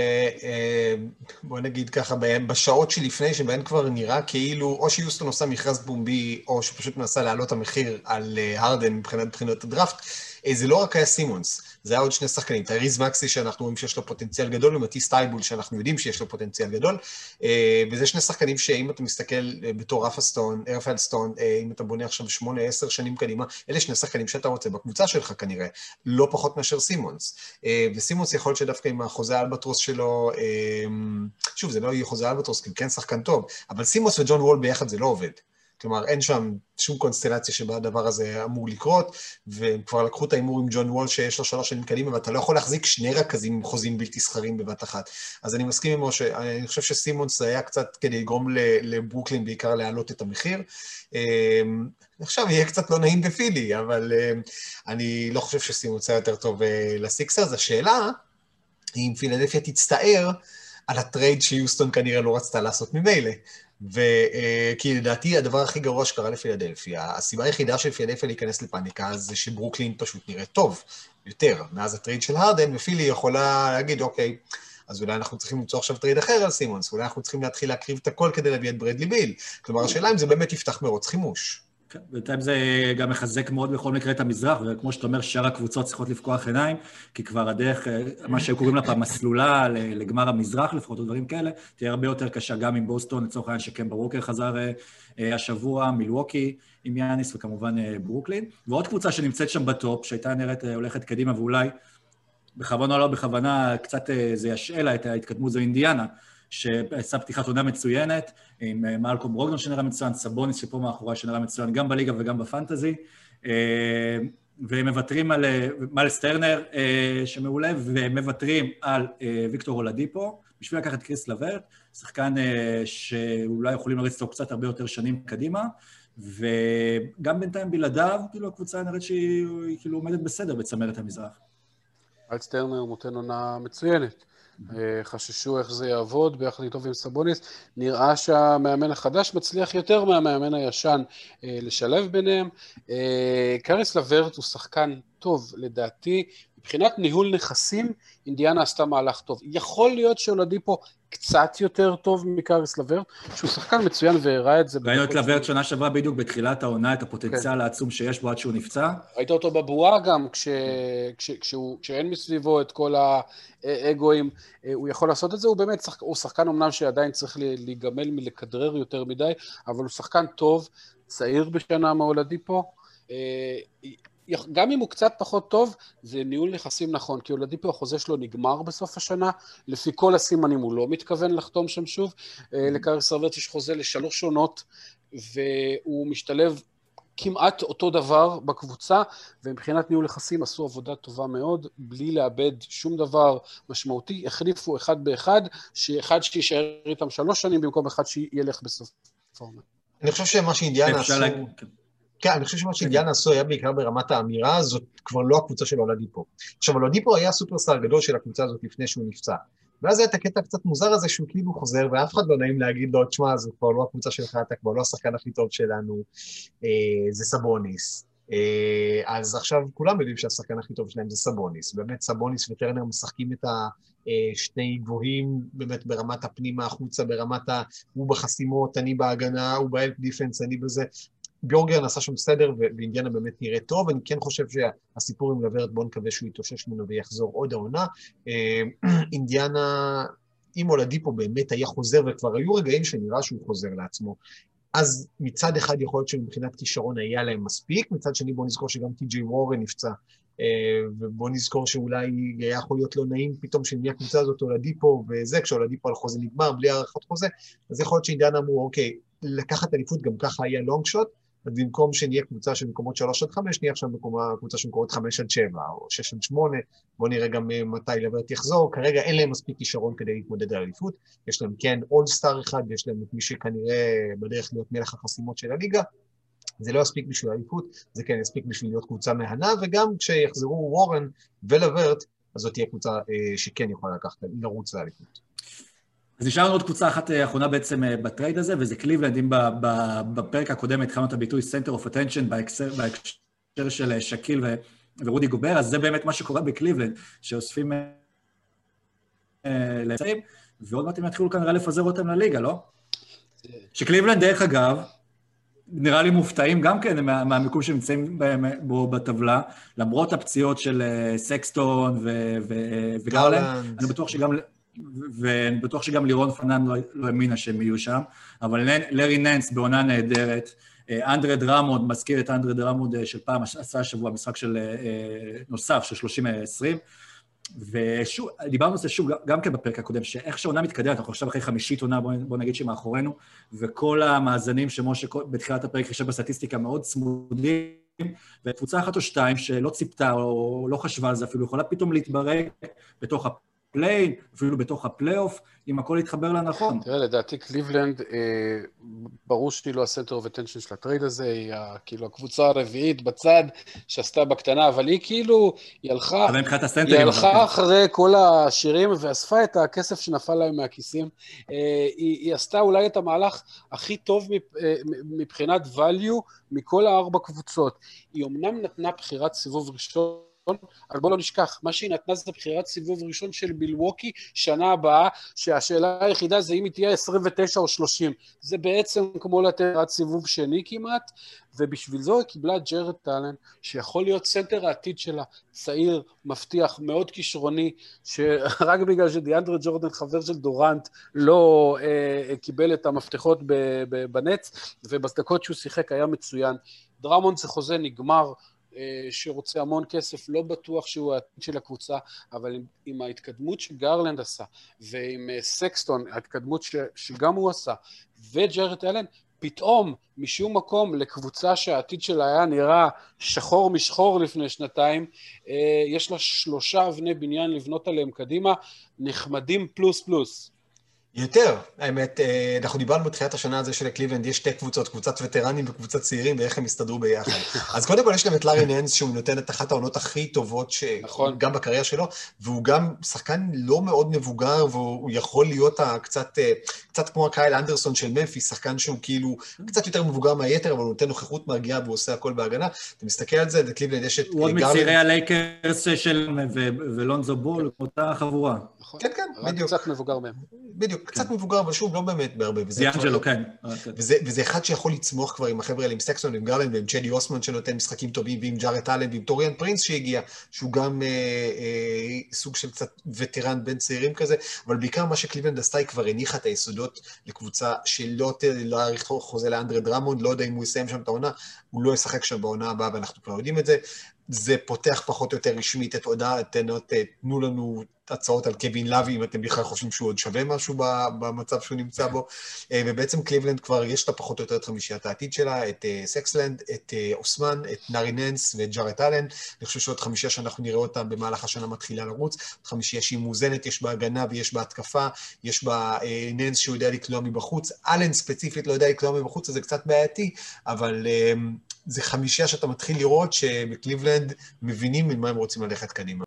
Speaker 4: בוא נגיד ככה, בשעות שלפני, שבהן כבר נראה כאילו, או שיוסטון עושה מכרז פומבי, או שפשוט מנסה להעלות המחיר על הרדן מבחינת בחינות הדראפט, זה לא רק היה סימונס, זה היה עוד שני שחקנים, טייריז מקסי שאנחנו רואים שיש לו פוטנציאל גדול, ומטיס טייבול שאנחנו יודעים שיש לו פוטנציאל גדול, וזה שני שחקנים שאם אתה מסתכל בתור רפה סטון, רפאל סטון, אם אתה בונה עכשיו שמונה, עשר שנים קדימה, אלה שני שחקנים שאתה רוצה בקבוצה שלך כנראה, לא פחות מאשר סימונס. וסימונס יכול להיות שדווקא עם החוזה האלבטרוס שלו, שוב, זה לא יהיה חוזה האלבטרוס, כי הוא כן שחקן טוב, אבל סימונס וג'ון וול ביחד זה לא עובד. כלומר, אין שם שום קונסטלציה שבה הדבר הזה אמור לקרות, והם כבר לקחו את האימור עם ג'ון וול שיש לו שלוש שנים קדימה, ואתה לא יכול להחזיק שני רכזים עם חוזים בלתי סחרים בבת אחת. אז אני מסכים עם משה, אני חושב שסימונס היה קצת כדי לגרום לברוקלין בעיקר להעלות את המחיר. עכשיו יהיה קצת לא נעים בפילי, אבל אני לא חושב שסימונס היה יותר טוב לסיקסרס. השאלה היא אם פילדלפיה תצטער על הטרייד שיוסטון כנראה לא רצתה לעשות ממילא. וכי לדעתי הדבר הכי גרוע שקרה לפילדלפיה, הסיבה היחידה של פילדלפיה להיכנס לפאניקה זה שברוקלין פשוט נראה טוב יותר, מאז הטרייד של הרדן, ופילי יכולה להגיד, אוקיי, אז אולי אנחנו צריכים למצוא עכשיו טרייד אחר על סימונס, אולי אנחנו צריכים להתחיל להקריב את הכל כדי להביא את ברדלי ביל. כלומר, השאלה אם זה באמת יפתח מרוץ חימוש.
Speaker 3: כן, בינתיים זה גם מחזק מאוד בכל מקרה את המזרח, וכמו שאתה אומר, שאר הקבוצות צריכות לפקוח עיניים, כי כבר הדרך, מה שקוראים לה פעם, מסלולה לגמר המזרח, לפחות או דברים כאלה, תהיה הרבה יותר קשה גם עם בוסטון, לצורך העניין שקמבה ווקר חזר השבוע, מילווקי עם יאניס, וכמובן ברוקלין, ועוד קבוצה שנמצאת שם בטופ, שהייתה נראית הולכת קדימה, ואולי בכוונה או לא בכוונה, קצת זה ישאלה את ההתקדמות, זו אינדיאנה, שעשה פתיחת עונה מצוינת, עם מאלקום ברוגדון שנראה מצוין, סבוניס שפה מאחורי שנראה מצוין, גם בליגה וגם בפנטזי, והם מוותרים על מיילס טרנר שמעולה, והם מוותרים על ויקטור אולדיפו, בשביל לקחת קריס לברט, שחקן שאולי יכולים לרץ אותו קצת הרבה יותר שנים קדימה, וגם בינתיים בלעדיו, כאילו הקבוצה נראית שהיא כאילו עומדת בסדר בצמרת המזרח.
Speaker 5: מיילס טרנר נותן עונה מצוינת. חששו איך זה יעבוד ביחד איתו ועם סבוניס, נראה שהמאמן החדש מצליח יותר מהמאמן הישן לשלב ביניהם. קריס לברט הוא שחקן טוב לדעתי, מבחינת ניהול נכסים, אינדיאנה עשתה מהלך טוב. יכול להיות שאולדיפו קצת יותר טוב מקריס לברט, שהוא שחקן מצוין והראה את זה.
Speaker 3: ראינו את לברט שנה שעברה בדיוק בתחילת העונה, את הפוטנציאל העצום שיש בו עד שהוא נפצע. ראית
Speaker 5: אותו בבועה גם, כשאין מסביבו את כל האגואים, הוא יכול לעשות את זה, הוא באמת, הוא שחקן אמנם שעדיין צריך להיגמל מלכדרר יותר מדי, אבל הוא שחקן טוב, צעיר בשנה מאולדיפו, גם אם הוא קצת פחות טוב, זה ניהול נכסים נכון, כי אולדיפו החוזה שלו נגמר בסוף השנה, לפי כל הסימנים הוא לא מתכוון לחתום שם שוב, לקריס לברט יש חוזה לשלוש שונות, והוא משתלב כמעט אותו דבר בקבוצה, ומבחינת ניהול נכסים עשו עבודה טובה מאוד, בלי לאבד שום דבר משמעותי, החליפו אחד באחד, שאחד שישאר איתם שלוש שנים, במקום אחד שילך בסוף פורמה.
Speaker 4: אני חושב שמה שאינדיאנה עשו... כן, אני חושב שמה שאינדיאנה עשו היה בעיקר ברמת האמירה, זאת כבר לא הקבוצה של אולדיפו. עכשיו, אולדיפו היה סופרסטאר גדול של הקבוצה הזאת לפני שהוא נפצע. ואז היה את הקטע קצת מוזר הזה שהוא כאילו חוזר, ואף אחד לא נעים להגיד לו, תשמע, זה כבר לא הקבוצה שלך, אתה כבר לא השחקן הכי טוב שלנו, זה סבוניס. אז עכשיו כולם יודעים שהשחקן הכי טוב שלהם זה סבוניס. באמת סבוניס וטרנר משחקים את השני גבוהים, באמת ברמת הפנימה, החוצה, ברמת ה... הוא בחסימות, אני בהגנה, הוא באלף דיפנס, אני בזה. גיאורגיה נעשה שם סדר, ואינדיאנה באמת נראה טוב. אני כן חושב שהסיפור עם לברט, בוא נקווה שהוא יתאושש ממנו ויחזור עוד העונה. אינדיאנה, אם אולדיפו באמת היה חוזר, וכבר היו רגעים שנראה שהוא חוזר לעצמו, אז מצד אחד יכול להיות שמבחינת כישרון היה להם מספיק, מצד שני בוא נזכור שגם טי.ג'יי וורן נפצע, ובוא נזכור שאולי היה יכול להיות לא נעים פתאום שנהיה קבוצה הזאת אולדיפו, וזה כשאולדיפו על חוזה נגמר, בלי הערכת חוזה, אז יכול להיות שאינדיאנה אמרו, אוקיי, לקחת אליפות גם ככה היה לונג שוט, אז במקום שנהיה קבוצה של מקומות שלוש עד חמש, נהיה עכשיו קבוצה של מקומות חמש עד שבע, או שש עד שמונה, בוא נראה גם מתי לברט יחזור, כרגע אין להם מספיק כישרון כדי להתמודד על אליפות, יש להם כן אולסטאר אחד, ויש להם את מי שכנראה בדרך להיות מלך החסימות של הליגה, זה לא יספיק בשביל האליפות, זה כן יספיק בשביל להיות קבוצה מהנה, וגם כשיחזרו וורן ולברט, אז זאת תהיה קבוצה שכן יכולה לקחת לרוץ לאליפות.
Speaker 3: אז נשארנו עוד קבוצה אחת אחרונה בעצם בטרייד הזה, וזה קליבלנד, אם בפרק הקודם התחלנו את הביטוי Center of Attention בהקשר של שקיל ורודי גובר, אז זה באמת מה שקורה בקליבלנד, שאוספים לאמצעים, ועוד מעט הם יתחילו כנראה לפזר אותם לליגה, לא? שקליבלנד דרך אגב, נראה לי מופתעים גם כן מהמיקום שנמצאים בו בטבלה, למרות הפציעות של סקסטון וגרלנד, אני בטוח שגם... ואני בטוח שגם לירון פנן לא האמינה שהם יהיו שם, אבל לארי ננס בעונה נהדרת, אנדרה דרמונד, מזכיר את אנדרה דרמונד של פעם, עשה השבוע משחק של נוסף של שלושים עשרים, ושוב, דיברנו על זה שוב גם כן בפרק הקודם, שאיך שהעונה מתקדמת, אנחנו עכשיו אחרי חמישית עונה, בוא נגיד שמאחורינו, וכל המאזנים שמשה בתחילת הפרק חישב בסטטיסטיקה מאוד צמודים, וקבוצה אחת או שתיים שלא ציפתה או לא חשבה על זה אפילו, יכולה פתאום להתברג בתוך הפרק, פליי, אפילו בתוך הפלייאוף, אם הכל יתחבר לנכון.
Speaker 5: תראה, לדעתי קליבלנד, ברור שהיא לא הסנטר אוף אטנשן של הטרייד הזה, היא כאילו הקבוצה הרביעית בצד, שעשתה בקטנה, אבל היא כאילו, היא הלכה, היא הלכה אחרי כל השירים, ואספה את הכסף שנפל להם מהכיסים, היא עשתה אולי את המהלך הכי טוב מבחינת value, מכל הארבע קבוצות. היא אמנם נתנה בחירת סיבוב ראשון, אבל בוא לא נשכח, מה שהיא נתנה זה בחירת סיבוב ראשון של מילווקי, שנה הבאה, שהשאלה היחידה זה אם היא תהיה עשרים ותשע או שלושים, זה בעצם כמו לתת סיבוב שני כמעט, ובשביל זו היא קיבלה ג'רד טלן, שיכול להיות סנטר העתיד שלה, צעיר, מבטיח, מאוד כישרוני, שרק בגלל שדיאנדרה ג'ורדן, חבר של דורנט, לא אה, קיבל את המפתחות בנץ, ובדקות שהוא שיחק היה מצוין. דרמונד זה חוזה נגמר, שרוצה המון כסף, לא בטוח שהוא העתיד של הקבוצה, אבל עם, עם ההתקדמות שגרלנד עשה, ועם סקסטון, ההתקדמות ש, שגם הוא עשה, וג'רד אלן, פתאום, משום מקום, לקבוצה שהעתיד שלה היה נראה שחור משחור לפני שנתיים, יש לה שלושה אבני בניין לבנות עליהם קדימה, נחמדים פלוס פלוס.
Speaker 4: יותר, האמת, אנחנו דיברנו בתחילת השנה הזה של קליבלנד, יש שתי קבוצות, קבוצת וטרנים וקבוצת צעירים, ואיך הם הסתדרו ביחד. אז קודם כל יש להם את לארי ננס, שהוא נותן את אחת העונות הכי טובות, נכון. גם בקריירה שלו, והוא גם שחקן לא מאוד מבוגר, והוא יכול להיות קצת, קצת כמו קייל אנדרסון של ממפיס, שחקן שהוא כאילו קצת יותר מבוגר מהיתר, אבל הוא נותן נוכחות מרגיעה, והוא עושה הכל בהגנה. אתה מסתכל על זה, בקליבלנד יש את
Speaker 3: הוא עוד מצעירי הלייקרס של ולונזו בול, אותה חבורה.
Speaker 4: כן, כן, בדיוק.
Speaker 5: קצת מבוגר מהם.
Speaker 4: בדיוק, קצת מבוגר, אבל שוב, לא באמת בהרבה.
Speaker 3: דיאנג'לו, כן.
Speaker 4: וזה אחד שיכול לצמוח כבר עם החבר'ה האלה, עם סקסטון, עם גרלנד, ועם צ'די אוסמן שנותן משחקים טובים, ועם ג'ארט אלן, ועם טוריאן פרינס שהגיע, שהוא גם סוג של קצת וטרן בין צעירים כזה, אבל בעיקר מה שקליבלנד עשתה, היא כבר הניחה את היסודות לקבוצה שלא תאריך חוזה לאנדרה דרמונד, לא יודע אם הוא יסיים שם את העונה, הוא לא ישחק שם בעונה הבאה, ואנחנו כבר יודעים את זה. זה פותח פחות או יותר רשמית את הודעה, תנו לנו הצעות על קווין לוי, אם אתם בכלל חושבים שהוא עוד שווה משהו במצב שהוא נמצא בו, ובעצם קליבלנד כבר יש לה פחות או יותר את חמישיית העתיד שלה, את סקסלנד, את אוסמן, את נארי ננס ואת ג'ארט אלן, אני חושב שעוד חמישייה שאנחנו נראה אותה במהלך השנה מתחילה לרוץ, חמישייה שהיא מאוזנת, יש בה הגנה ויש בה התקפה, יש בה ננס שהוא יודע לקלוע מבחוץ, אלן ספציפית לא יודע לקלוע מבחוץ, אז זה קצת בעייתי, אבל זה חמישיה שאתה מתחיל לראות שבקליבלנד מבינים ממה הם רוצים ללכת קדימה.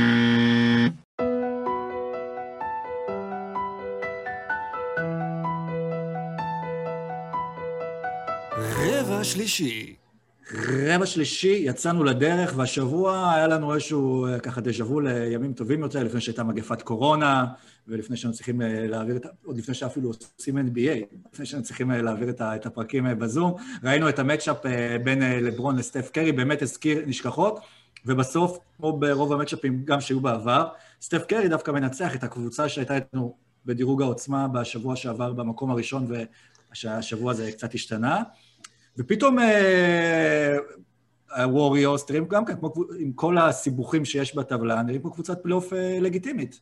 Speaker 1: רבע שלישי.
Speaker 3: רבע שלישי, יצאנו לדרך, והשבוע היה לנו איזשהו ככה דז'ה-וו לימים טובים יותר, לפני שהייתה מגפת קורונה, ולפני שהיינו צריכים להעביר את, עוד לפני שאפילו עושים אן בי איי, לפני שהיינו צריכים להעביר את, את הפרקים בזום, ראינו את המאצ'אפ בין לברון לסטף קרי, באמת הזכיר נשכחות, ובסוף, כמו ברוב המאצ'אפים גם שהיו בעבר, סטף קרי דווקא מנצח את הקבוצה שהייתה איתנו בדירוג העוצמה בשבוע שעבר במקום הראשון, והשבוע הזה קצת השתנה. ופתאום הווריורס, תראים גם כאן, עם כל הסיבוכים שיש בטבלה, נראים כמו קבוצת פלייאוף לגיטימית.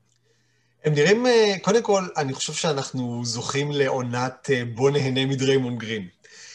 Speaker 4: הם נראים, קודם כל, אני חושב שאנחנו זוכים לעונת בוא נהנה מדריימונד גרין.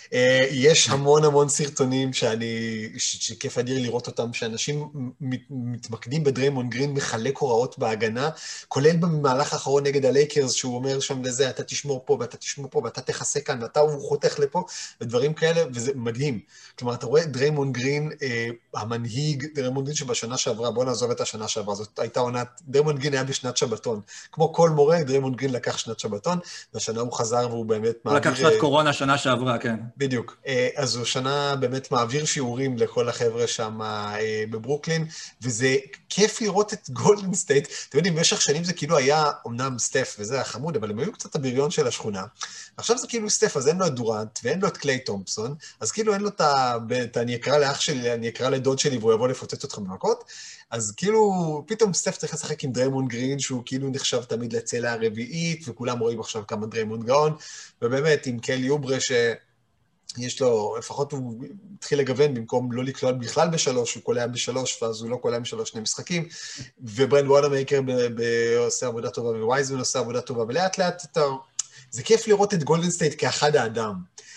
Speaker 4: יש המון המון סרטונים שאני, שכיף אדיר לראות אותם, שאנשים מתמקדים בדריימונד גרין, מחלק הוראות בהגנה, כולל במהלך האחרון נגד הלייקרס, שהוא אומר שם לזה, אתה תשמור פה, ואתה תשמור פה, ואתה תחסה כאן, ואתה הוא חותך לפה, ודברים כאלה, וזה מדהים. כלומר, אתה רואה דריימונד גרין, המנהיג, דריימונד גרין שבשנה שעברה, בוא נעזוב את השנה שעברה, זאת הייתה עונת, דריימונד גרין היה בשנת שבתון. כמו כל מורה, דריימונד גרין לקח שנת שבתון, והשנה הוא חזר והוא באמת מעביר...
Speaker 3: לקח שנת קורונה שנה שעברה, כן.
Speaker 4: בדיוק. אז זו שנה באמת מעביר שיעורים לכל החבר'ה שם בברוקלין, וזה כיף לראות את גולדן סטייט. אתם יודעים, במשך שנים זה כאילו היה אומנם סטף, וזה היה חמוד, אבל הם היו קצת הבריון של השכונה. עכשיו זה כאילו סטף, אז אין לו את דורנט, ואין לו את קליי תומפסון, אז כאילו אין לו את ה... אני אקרא לאח שלי, אני אקרא לדוד שלי, והוא יבוא לפוצץ אותך במכות. אז כאילו, פתאום סטף צריך לשחק עם דריימונד גרין, שהוא כאילו נחשב תמיד לצלע הרביעית, וכולם רואים עכשיו כמה דריימונד גאון, ובאמת, עם קלי אוברה ש... יש לו, לפחות הוא התחיל לגוון, במקום לא לקלול בכלל בשלוש, הוא קולע בשלוש, ואז הוא לא קולע בשלוש שני משחקים, וברנד וואנמייקר עושה עבודה טובה, ווייזמן עושה עבודה טובה, ולאט לאט אתה... זה כיף לראות את גולדן סטייט כאחד האדם,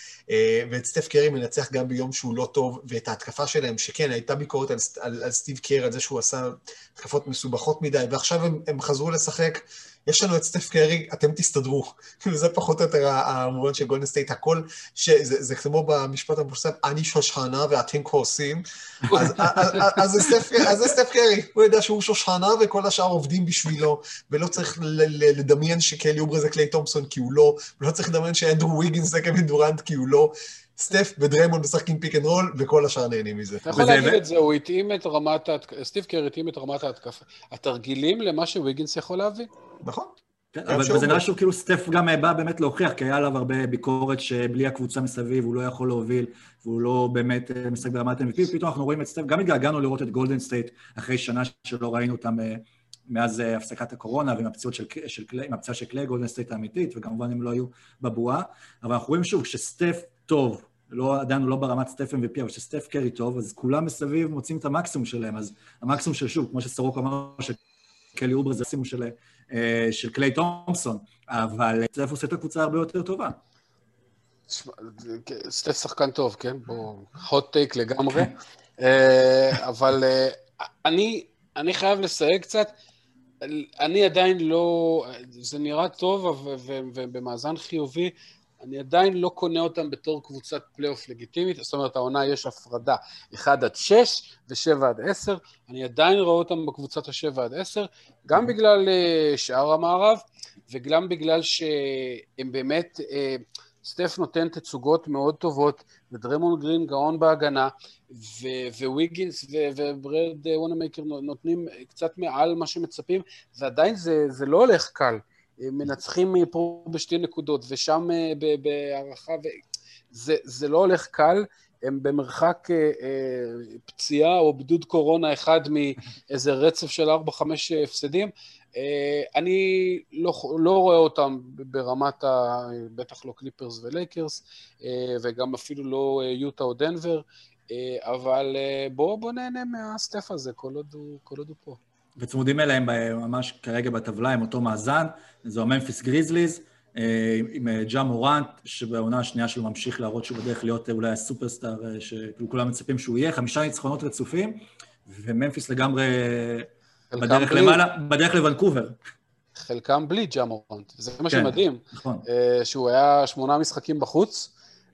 Speaker 4: ואת סטף קרי מנצח גם ביום שהוא לא טוב, ואת ההתקפה שלהם, שכן, הייתה ביקורת על, על, על סטיב קרי, על זה שהוא עשה התקפות מסובכות מדי, ועכשיו הם, הם חזרו לשחק, יש לנו את סטף קרי, אתם תסתדרו. וזה פחות או יותר המובן של גולדן סטייט, הכל, שזה, זה כמו במשפט המפורסם, אני שושנה ואתם כועסים, אז, אז, אז זה סטף קרי, הוא יודע שהוא שושנה וכל השאר עובדים בשבילו, ולא צריך לדמיין שקלי אוברה זה קליי תומפסון כי הוא לא, ולא צריך לדמיין שאנדרו ויגינס זה קווין דורנט כי הוא לא, סטף ודריימונד משחקים פיק אנד רול, וכל השאר נהנים מזה.
Speaker 5: אתה יכול להגיד את זה, הוא התאים את רמת, סטיב קרי התאים את רמת ההתקפה. התרגילים למה שוויגינס יכול להביא.
Speaker 4: נכון.
Speaker 3: אבל זה נראה שהוא כאילו סטף גם בא באמת להוכיח, כי היה עליו הרבה ביקורת שבלי הקבוצה מסביב הוא לא יכול להוביל, והוא לא באמת משחק ברמת אם וי פי, פתאום אנחנו רואים את סטף, גם התגעגענו לראות את גולדן סטייט אחרי שנה שלא ראינו אותם מאז הפסקת הקורונה, ועם הפציעות של, של קלי, עם הפציעה של קלי, גולדן סטייט האמיתית, וכמובן הם לא היו בבועה, אבל אנחנו רואים שוב, כשסטף טוב, לא, עדיין לא ברמת סטף אם וי פי, אבל כשסטף קרי טוב, אז כולם מסביב מוצאים את המקסימום שלהם, אז המקסימום של שוב, כמו שסורוק אמר, שקלי אוברה זה המקסימום של, של קליי תומפסון, אבל סטף עושה את הקבוצה הרבה יותר טובה.
Speaker 5: סטף שחקן טוב, כן? בוא, hot take לגמרי, אבל אני, אני חייב לסייג קצת, אני עדיין לא, זה נראה טוב, ובמאזן חיובי, אני עדיין לא קונה אותם בתור קבוצת פלייאוף לגיטימית, זאת אומרת, העונה יש הפרדה אחד עד שש ו-שבע עד עשר, אני עדיין רואה אותם בקבוצת ה-שבע עד עשר, גם בגלל שאר המערב, וגם בגלל שהם באמת, סטף נותן תצוגות מאוד טובות, ודריימונד גרין גאון בהגנה, וויגינס וברד וואנמייקר נותנים קצת מעל מה שמצפים, ועדיין זה, זה לא הולך קל, מנצחים פה בשתי נקודות, ושם בהערכה, זה, זה לא הולך קל, הם במרחק פציעה או בדוד קורונה אחד מאיזה רצף של ארבע חמש הפסדים, אני לא, לא רואה אותם ברמת, ה, בטח לא קליפרס ולייקרס, וגם אפילו לא יוטה או דנבר, אבל בוא, בוא נהנה מהסטף הזה, כל עוד הוא, כל עוד הוא פה.
Speaker 3: וצמודים אליהם ממש כרגע בטבלה, עם אותו מאזן, זו הממפיס גריזליז, עם ג'ה מורנט, שבעונה השנייה שלו ממשיך להראות שהוא בדרך להיות אולי הסופרסטאר, שכולם מצפים שהוא יהיה, חמישה ניצחונות רצופים, וממפיס לגמרי בדרך למעלה, בדרך לוונקובר.
Speaker 5: חלקם בלי ג'ה מורנט, זה מה שמדהים, שהוא היה שמונה משחקים בחוץ,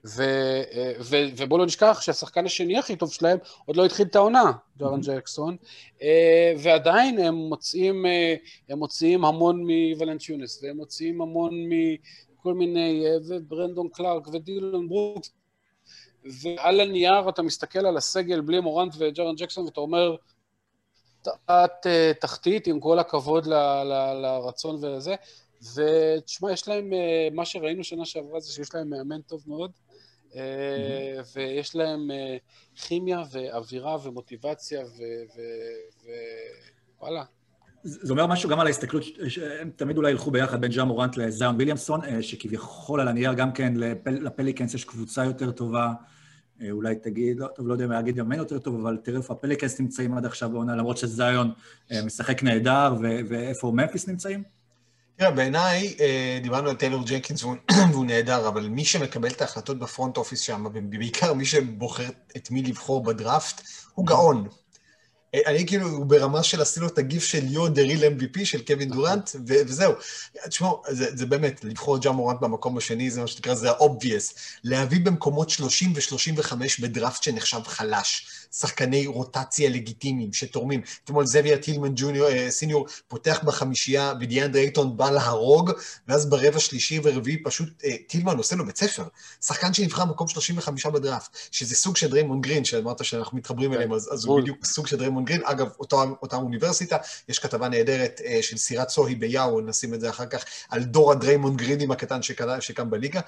Speaker 5: ובוא לא נשכח שהשחקן השני הכי טוב שלהם עוד לא התחיל את העונה, ג'רן ג'קסון, ועדיין הם מוצאים, הם מוצאים המון מוולנטיונס, והם מוצאים המון מכל מיני, וברנדון קלארק ודילון ברוקס, ועל הנייר אתה מסתכל על הסגל בלי מורנט וג'רן ג'קסון, ואתה אומר, תחת תחתית, עם כל הכבוד ל, ל, לרצון וזה, ותשמע, יש להם, מה שראינו שנה שעברה זה שיש להם מאמן טוב מאוד, mm-hmm. ויש להם כימיה ואווירה ומוטיבציה, ווואלה.
Speaker 3: זה אומר משהו גם על ההסתכלות, שהם תמיד אולי ילכו ביחד בין ג'ה מורנט לזיון וויליאמסון, שכביכול על הנייר גם כן לפליקנס יש קבוצה יותר טובה, אולי תגיד, לא טוב, לא יודע מה להגיד יומן יותר טוב, אבל תראה איפה הפליקנס נמצאים עד עכשיו בעונה, למרות שזיון משחק נהדר, ואיפה ממפיס נמצאים?
Speaker 4: תראה, בעיניי, דיברנו על טיילור ג'נקינס והוא נהדר, אבל מי שמקבל את ההחלטות בפרונט אופיס שם, בעיקר מי שבוחר את מי לבחור בדראפט, הוא גאון. אני כאילו, הוא ברמה של עשינו את הגיף של יו דריל אם וי פי של קווין דורנט, וזהו. תשמעו, זה, זה באמת, לבחור ג'ה מורנט במקום השני, זה מה שתקרא, זה ה-obvious. להביא במקומות שלושים ו-שלושים וחמש בדראפט שנחשב חלש. שחקני רוטציה לגיטימיים שתורמים. אתמול זאביה טילמן ג'וניור, סיניור, פותח בחמישייה, ודיאנדרה אייטון בא להרוג, ואז ברבע שלישי ורביעי פשוט טילמן עושה לו בית ספר. שחקן שנבחר מקום שלושים וחמש בדראפט, שזה סוג של דריימונד גרין, שאמרת שאנחנו מתחברים אליהם, אז, אז הוא בדיוק סוג של דריימונד גרין. אגב, אותה, אותה אוניברסיטה, יש כתבה נהדרת של סירת סוהי ביאו, נשים את זה אחר כך, על דור הדריימונד גרינים הקטן שקם בליגה.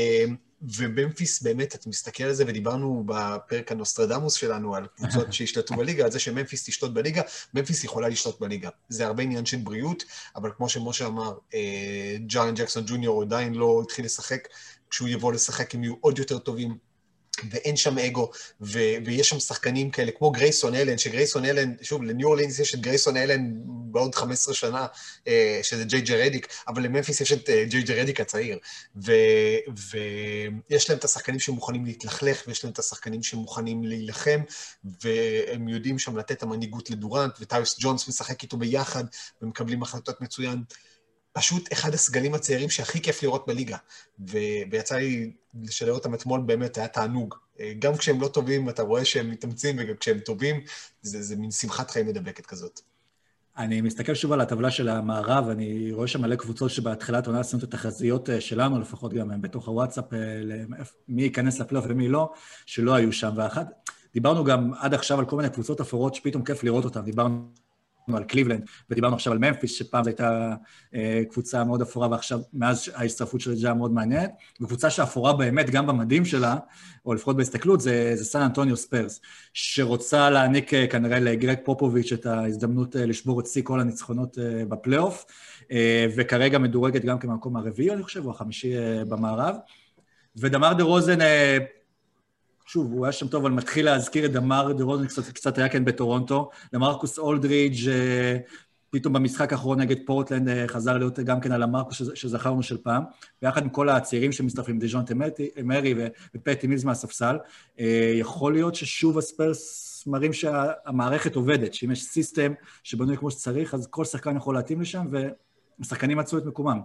Speaker 4: וממפיס באמת, אתה מסתכל על זה, ודיברנו בפרק הנוסטרדמוס שלנו על קבוצות שהשתתו בליגה, על זה שממפיס תשתות בליגה, ממפיס יכולה לשתות בליגה. זה הרבה עניין של בריאות, אבל כמו שמשה אמר, ג'רן ג'קסון ג'וניור עדיין לא התחיל לשחק, כשהוא יבוא לשחק הם יהיו עוד יותר טובים, ואין שם אגו, ו- ויש שם שחקנים כאלה, כמו גרייסון אלן, שגרייסון אלן, שוב, לניו אורלינס יש את גרייסון אלן בעוד חמש עשרה שנה, אה, שזה ג'יי ג'יי רדיק, אבל לממפיס יש את אה, ג'יי ג'יי רדיק הצעיר, ויש ו- להם את השחקנים שמוכנים להתלכלך, ויש להם את השחקנים שמוכנים להילחם, והם יודעים שם לתת המנהיגות לדורנט, וטייוס ג'ונס משחק איתו ביחד, ומקבלים החלטות מצוין, פשוט אחד הסגלים הצעירים שהכי כיף לראות בליגה, ויצא לי לשדר אותם אתמול באמת היה תענוג. גם כשהם לא טובים, אתה רואה שהם מתאמצים, וגם כשהם טובים, זה, זה מין שמחת חיים מדבקת כזאת.
Speaker 3: אני מסתכל שוב על הטבלה של המערב, אני רואה שם מלא קבוצות שבהתחלת עונה עשינו את התחזיות שלנו, לפחות גם בתוך הוואטסאפ, מי ייכנס לפלייאוף ומי לא, שלא היו שם. ואחד, דיברנו גם עד עכשיו על כל מיני קבוצות אפורות שפתאום כיף לראות אותם, דיברנו על קליבלנד, ודיברנו עכשיו על ממפיס, שפעם זו הייתה אה, קבוצה מאוד אפורה, ועכשיו מאז ההצטרפות של ג'ה מאוד מעניינת, וקבוצה שאפורה באמת גם במדים שלה, או לפחות בהסתכלות, זה, זה סן אנטוניו ספרס, שרוצה להעניק אה, כנראה לגרג פופוביץ' את ההזדמנות אה, לשבור את שיא כל הניצחונות אה, בפלייאוף, אה, וכרגע מדורגת גם כמקום הרביעי, אני חושב, או החמישי אה, במערב, ודמר דה רוזן, אה, שוב, הוא היה שם טוב, אבל מתחיל להזכיר את דמר דה רוזן, קצת, קצת היה כן בטורונטו, למרקוס אולדריג' פתאום במשחק האחרון נגד פורטלנד חזר להיות גם כן על המרקוס שזכרנו של פעם, ביחד עם כל הצעירים שמצטרפים, דז'ונטה מרי ופטי מילס מהספסל, יכול להיות ששוב הספרס מראים שהמערכת עובדת, שאם יש סיסטם שבנוי כמו שצריך, אז כל שחקן יכול להתאים לשם, והשחקנים מצאו את מקומם.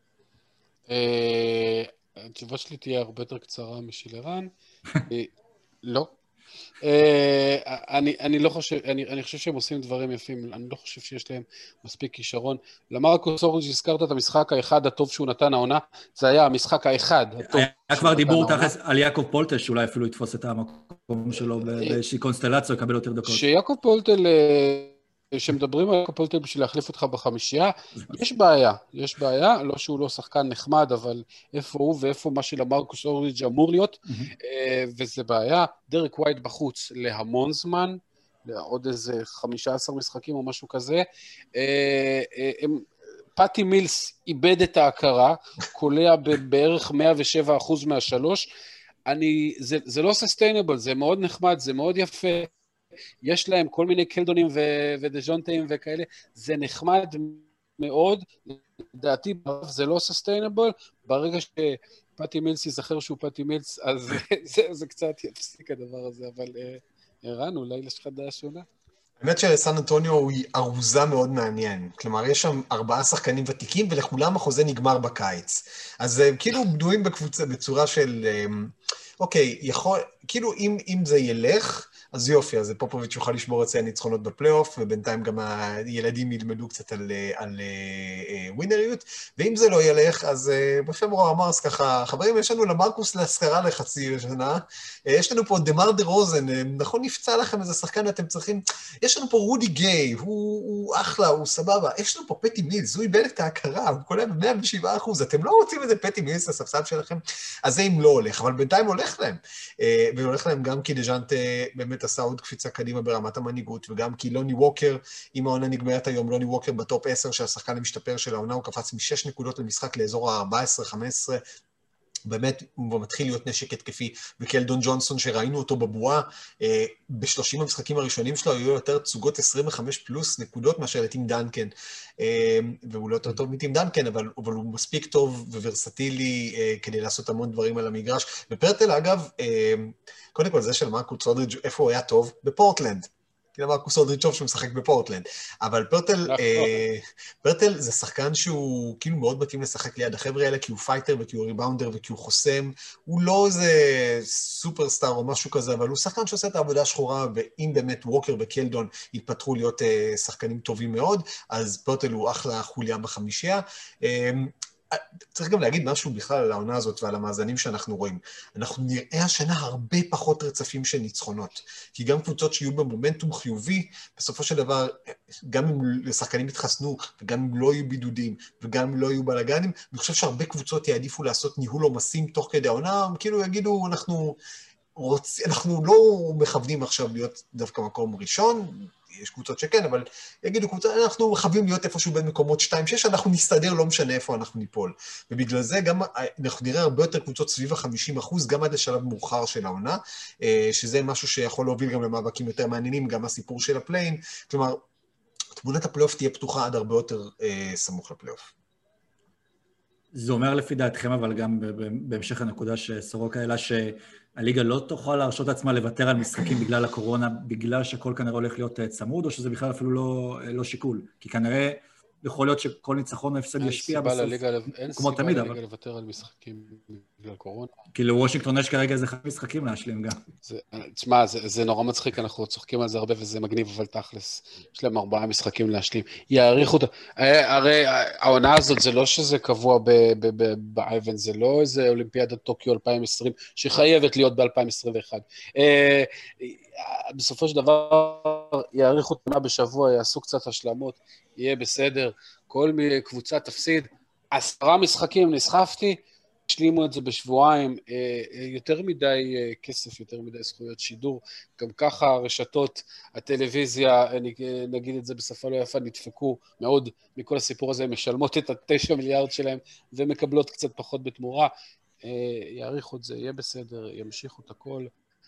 Speaker 5: התשובה שלי תהיה הרבה יותר קצרה משל ערן. לא. אני, אני לא חושב, אני, אני חושב שהם עושים דברים יפים, אני לא חושב שיש להם מספיק כישרון. למרקוס אולדריג' הזכרת את המשחק האחד הטוב שהוא נתן העונה, זה היה המשחק האחד הטוב.
Speaker 3: היה כבר דיבור תחת על יעקב פולטל, שאולי אפילו יתפוס את המקום שלו באיזושהי קונסטלציה, יקבל יותר דקות.
Speaker 5: שיעקב פולטל, שמדברים על יעקב פולטל בשביל להחליף אותך בחמישייה, יש בעיה, יש בעיה, לא שהוא לא שחקן נחמד, אבל איפה הוא ואיפה מה שלמרקוס אולדריג' אמור להיות, וזה בעיה. דרק ווייט בחוץ להמון זמן, לעוד איזה חמישה עשר משחקים או משהו כזה, פאטי מילס איבד את ההכרה, קולע בערך מאה ושבע אחוז מהשלוש, אני, זה, זה לא sustainable, זה מאוד נחמד, זה מאוד יפה, יש להם כל מיני קלדונים ו- ודז'ונטאים וכאלה, זה נחמד מאוד, לדעתי זה לא sustainable, ברגע שפאטי מילס יזכר שהוא פאטי מילס, אז זה, זה קצת יפסיק הדבר הזה, אבל ערן, אולי יש לך דעה שונה?
Speaker 4: האמת שסן אנטוניו היא ארוזה מאוד מעניין. כלומר, יש שם ארבעה שחקנים ותיקים, ולכולם החוזה נגמר בקיץ. אז הם כאילו בנויים בקבוצה, בצורה של, אוקיי, יכול, כאילו אם, אם זה ילך, אז יופי, אז פופוביץ' יוכל לשמור את זה הניצחונות בפלייאוף, ובינתיים גם הילדים ילמדו קצת על, על ווינריות, ואם זה לא ילך, אז בפברואר אמרס ככה, חברים, יש לנו למרקוס להשכרה לחצי שנה, יש לנו פה דמר דה רוזן, נכון נפצע לכם איזה שחקן אתם צריכים, יש לנו פה רודי גיי, הוא, הוא אחלה, הוא סבבה, יש לנו פה פטי מילס, הוא איבד את ההכרה, הוא קולה ב-מאה ושבעה אחוז, אתם לא רוצים איזה פטי מילס לספסל שלכם, אז זה אם לא הולך, אבל בינתיים הולך להם, והולך להם גם כי דז'אנט באמת עשה עוד קפיצה קדימה ברמת המנהיגות, וגם כי לוני ווקר, אם העונה נגמרת היום, לוני ווקר בטופ עשר שהשחקן המשתפר של העונה, הוא קפץ משש נקודות למשחק לאזור ה-ארבע עשרה חמש עשרה, באמת הוא מתחיל להיות נשק התקפי, וקלדון ג'ונסון שראינו אותו בבועה, ב-שלושים המשחקים הראשונים שלו היו יותר תצוגות עשרים וחמש פלוס נקודות מאשר לטים דנקן, והוא לא יותר טוב מטים דנקן, אבל, אבל הוא מספיק טוב וורסטילי כדי לעשות המון דברים על המגרש, ופרטל אגב, קודם כל זה של מרקוס אולדריץ' איפה הוא היה טוב? בפורטלנד. כי מרקוס אולדריץ' טוב שהוא משחק בפורטלנד. אבל פרטל, אה, פרטל זה שחקן שהוא כאילו מאוד מתאים לשחק ליד החבר'ה האלה, כי הוא פייטר וכי הוא ריבאונדר וכי הוא חוסם. הוא לא איזה סופרסטאר או משהו כזה, אבל הוא שחקן שעושה את העבודה השחורה, ואם באמת ווקר וקלדון יתפתחו להיות אה, שחקנים טובים מאוד, אז פרטל הוא אחלה חוליה בחמישייה. אה, צריך גם להגיד משהו בכלל על העונה הזאת ועל המאזנים שאנחנו רואים. אנחנו נראה השנה הרבה פחות רצפים של ניצחונות, כי גם קבוצות שיהיו במומנטום חיובי, בסופו של דבר, גם אם שחקנים יתחסנו, וגם אם לא יהיו בידודים, וגם אם לא יהיו בלגנים, אני חושב שהרבה קבוצות יעדיפו לעשות ניהול עומסים תוך כדי העונה, הם כאילו יגידו, אנחנו, רוצ... אנחנו לא מכוונים עכשיו להיות דווקא מקום ראשון, יש קבוצות שכן, אבל יגידו קבוצות, אנחנו חייבים להיות איפשהו בין מקומות שתיים שש, אנחנו נסתדר, לא משנה איפה אנחנו ניפול. ובגלל זה גם אנחנו נראה הרבה יותר קבוצות סביב ה-חמישים אחוז, גם עד לשלב מאוחר של העונה, שזה משהו שיכול להוביל גם למאבקים יותר מעניינים, גם הסיפור של הפליין, כלומר, תמונת הפלייאוף תהיה פתוחה עד הרבה יותר סמוך לפלייאוף.
Speaker 3: זה אומר לפי דעתכם, אבל גם בהמשך הנקודה שסורוקה העלה, שהליגה לא תוכל להרשות עצמה לוותר על משחקים בגלל הקורונה, בגלל שהכל כנראה הולך להיות צמוד, או שזה בכלל אפילו לא, לא שיקול? כי כנראה יכול להיות שכל ניצחון או הפסד ישפיע בסוף, כמו תמיד. אין סיבה לליגה
Speaker 5: לוותר על משחקים בגלל קורונה.
Speaker 3: כי לוושינגטון יש כרגע איזה חמש משחקים להשלים גם.
Speaker 5: תשמע, זה, זה נורא מצחיק, אנחנו צוחקים על זה הרבה וזה מגניב, אבל תכלס, יש להם ארבעה משחקים להשלים. יעריך אותה. הרי העונה הזאת זה לא שזה קבוע באבן, זה לא איזה אולימפיאדת טוקיו אלפיים עשרים, שחייבת להיות ב-אלפיים עשרים ואחת. בסופו של דבר, יעריך אותה בשבוע, יעשו קצת השלמות, יהיה בסדר, כל קבוצה תפסיד, עשרה משחקים נסחפתי, השלימו את זה בשבועיים, יותר מדי כסף, יותר מדי זכויות שידור, גם ככה הרשתות, הטלוויזיה, נגיד את זה בשפה לא יפה, נדפקו מאוד מכל הסיפור הזה, הם משלמות את התשע מיליארד שלהם, ומקבלות קצת פחות בתמורה, יעריכו את זה, יהיה בסדר, ימשיכו את הכל,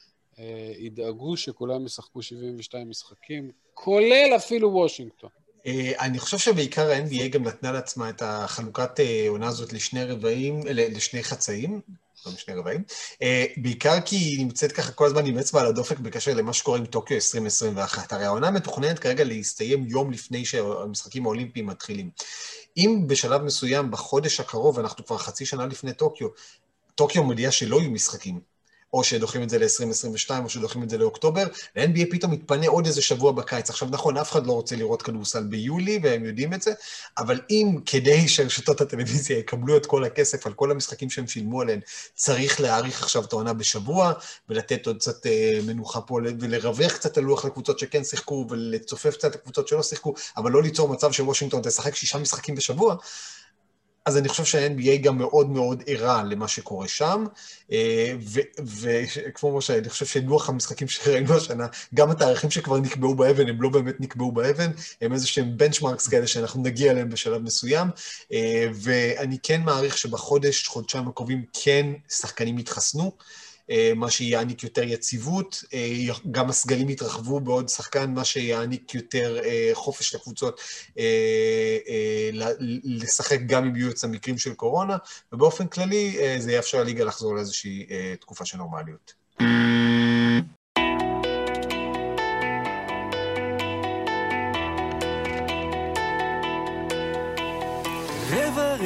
Speaker 5: ידאגו שכולם ישחקו שבעים ושתיים משחקים, כולל אפילו וושינגטון.
Speaker 4: אני חושב שבעיקר ה-אן בי איי גם נתנה לעצמה את החלוקת עונה הזאת לשני רבעים, לשני חצאים, לא לשני רבעים, בעיקר כי היא נמצאת ככה כל הזמן עם אצבע על הדופק בקשר למה שקורה עם טוקיו עשרים עשרים ואחת. הרי העונה מתוכננת כרגע להסתיים יום לפני שהמשחקים האולימפיים מתחילים. אם בשלב מסוים בחודש הקרוב, אנחנו כבר חצי שנה לפני טוקיו, טוקיו מודיע שלא יהיו משחקים, או שדוחים את זה ל-עשרים עשרים ושתיים, או שדוחים את זה לאוקטובר, ל-אן בי איי פתאום מתפנה עוד איזה שבוע בקיץ. עכשיו נכון, אף אחד לא רוצה לראות כדורסל ביולי, והם יודעים את זה, אבל אם כדי שרשתות הטלוויזיה יקבלו את כל הכסף על כל המשחקים שהם שילמו עליהם, צריך להאריך עכשיו את העונה בשבוע, ולתת עוד קצת מנוחה פה, ולרווח קצת על לוח לקבוצות שכן שיחקו, ולצופף קצת לקבוצות שלא שיחקו, אבל לא ליצור מצב שוושינגטון תשחק שישה משחקים בשבוע, אז אני חושב שה-אן בי איי גם מאוד מאוד ערה למה שקורה שם, וכמו משה, אני חושב שלוח המשחקים שראינו השנה, גם התאריכים שכבר נקבעו באבן, הם לא באמת נקבעו באבן, הם איזשהם בנצ'מרקס כאלה שאנחנו נגיע אליהם בשלב מסוים, ואני כן מעריך שבחודש, חודשיים הקרובים, כן שחקנים יתחסנו, מה שיעניק יותר יציבות, גם הסגלים יתרחבו בעוד שחקן, מה שיעניק יותר חופש לקבוצות לשחק גם אם יהיו יוצא מקרים של קורונה, ובאופן כללי זה יאפשר לליגה לחזור לאיזושהי תקופה של נורמליות.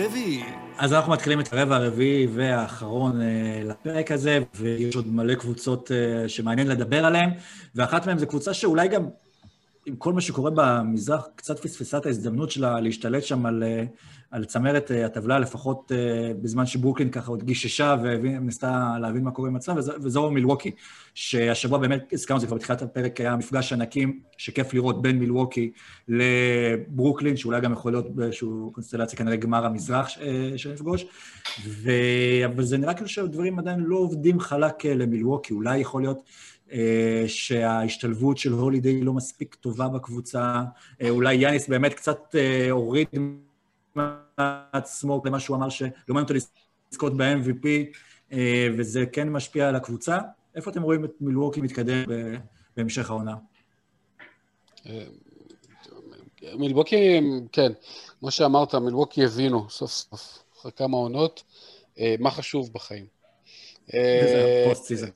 Speaker 1: הרביעי.
Speaker 3: אז אנחנו מתחילים את הרבע הרביעי והאחרון לפרק הזה, ויש עוד מלא קבוצות שמעניין לדבר עליהן, ואחת מהן זו קבוצה שאולי גם, עם כל מה שקורה במזרח, קצת פספסה את ההזדמנות שלה להשתלט שם על, על צמרת הטבלה, לפחות בזמן שברוקלין ככה עוד גיששה ונסתה להבין מה קורה עם עצמה, וזו מילווקי, שהשבוע באמת, הזכרנו זה כבר בתחילת הפרק, היה מפגש ענקים, שכיף לראות בין מילווקי לברוקלין, שאולי גם יכול להיות באיזושהי קונסטלציה, כנראה גמר המזרח שנפגוש, ו... אבל זה נראה כאילו שהדברים עדיין לא עובדים חלק למילווקי, אולי יכול להיות שההשתלבות של הולידיי לא מספיק טובה בקבוצה, אולי יאניס באמת קצת הוריד מעצמו למה שהוא אמר שלא מעניין אותו לזכות ב-אם וי פי, וזה כן משפיע על הקבוצה. איפה אתם רואים את מילווקי מתקדם בהמשך העונה?
Speaker 5: מילווקי, כן, כמו שאמרת, מילווקי הבינו סוף סוף, אחרי כמה עונות, מה חשוב בחיים.
Speaker 3: וזה הפוסט סיזן.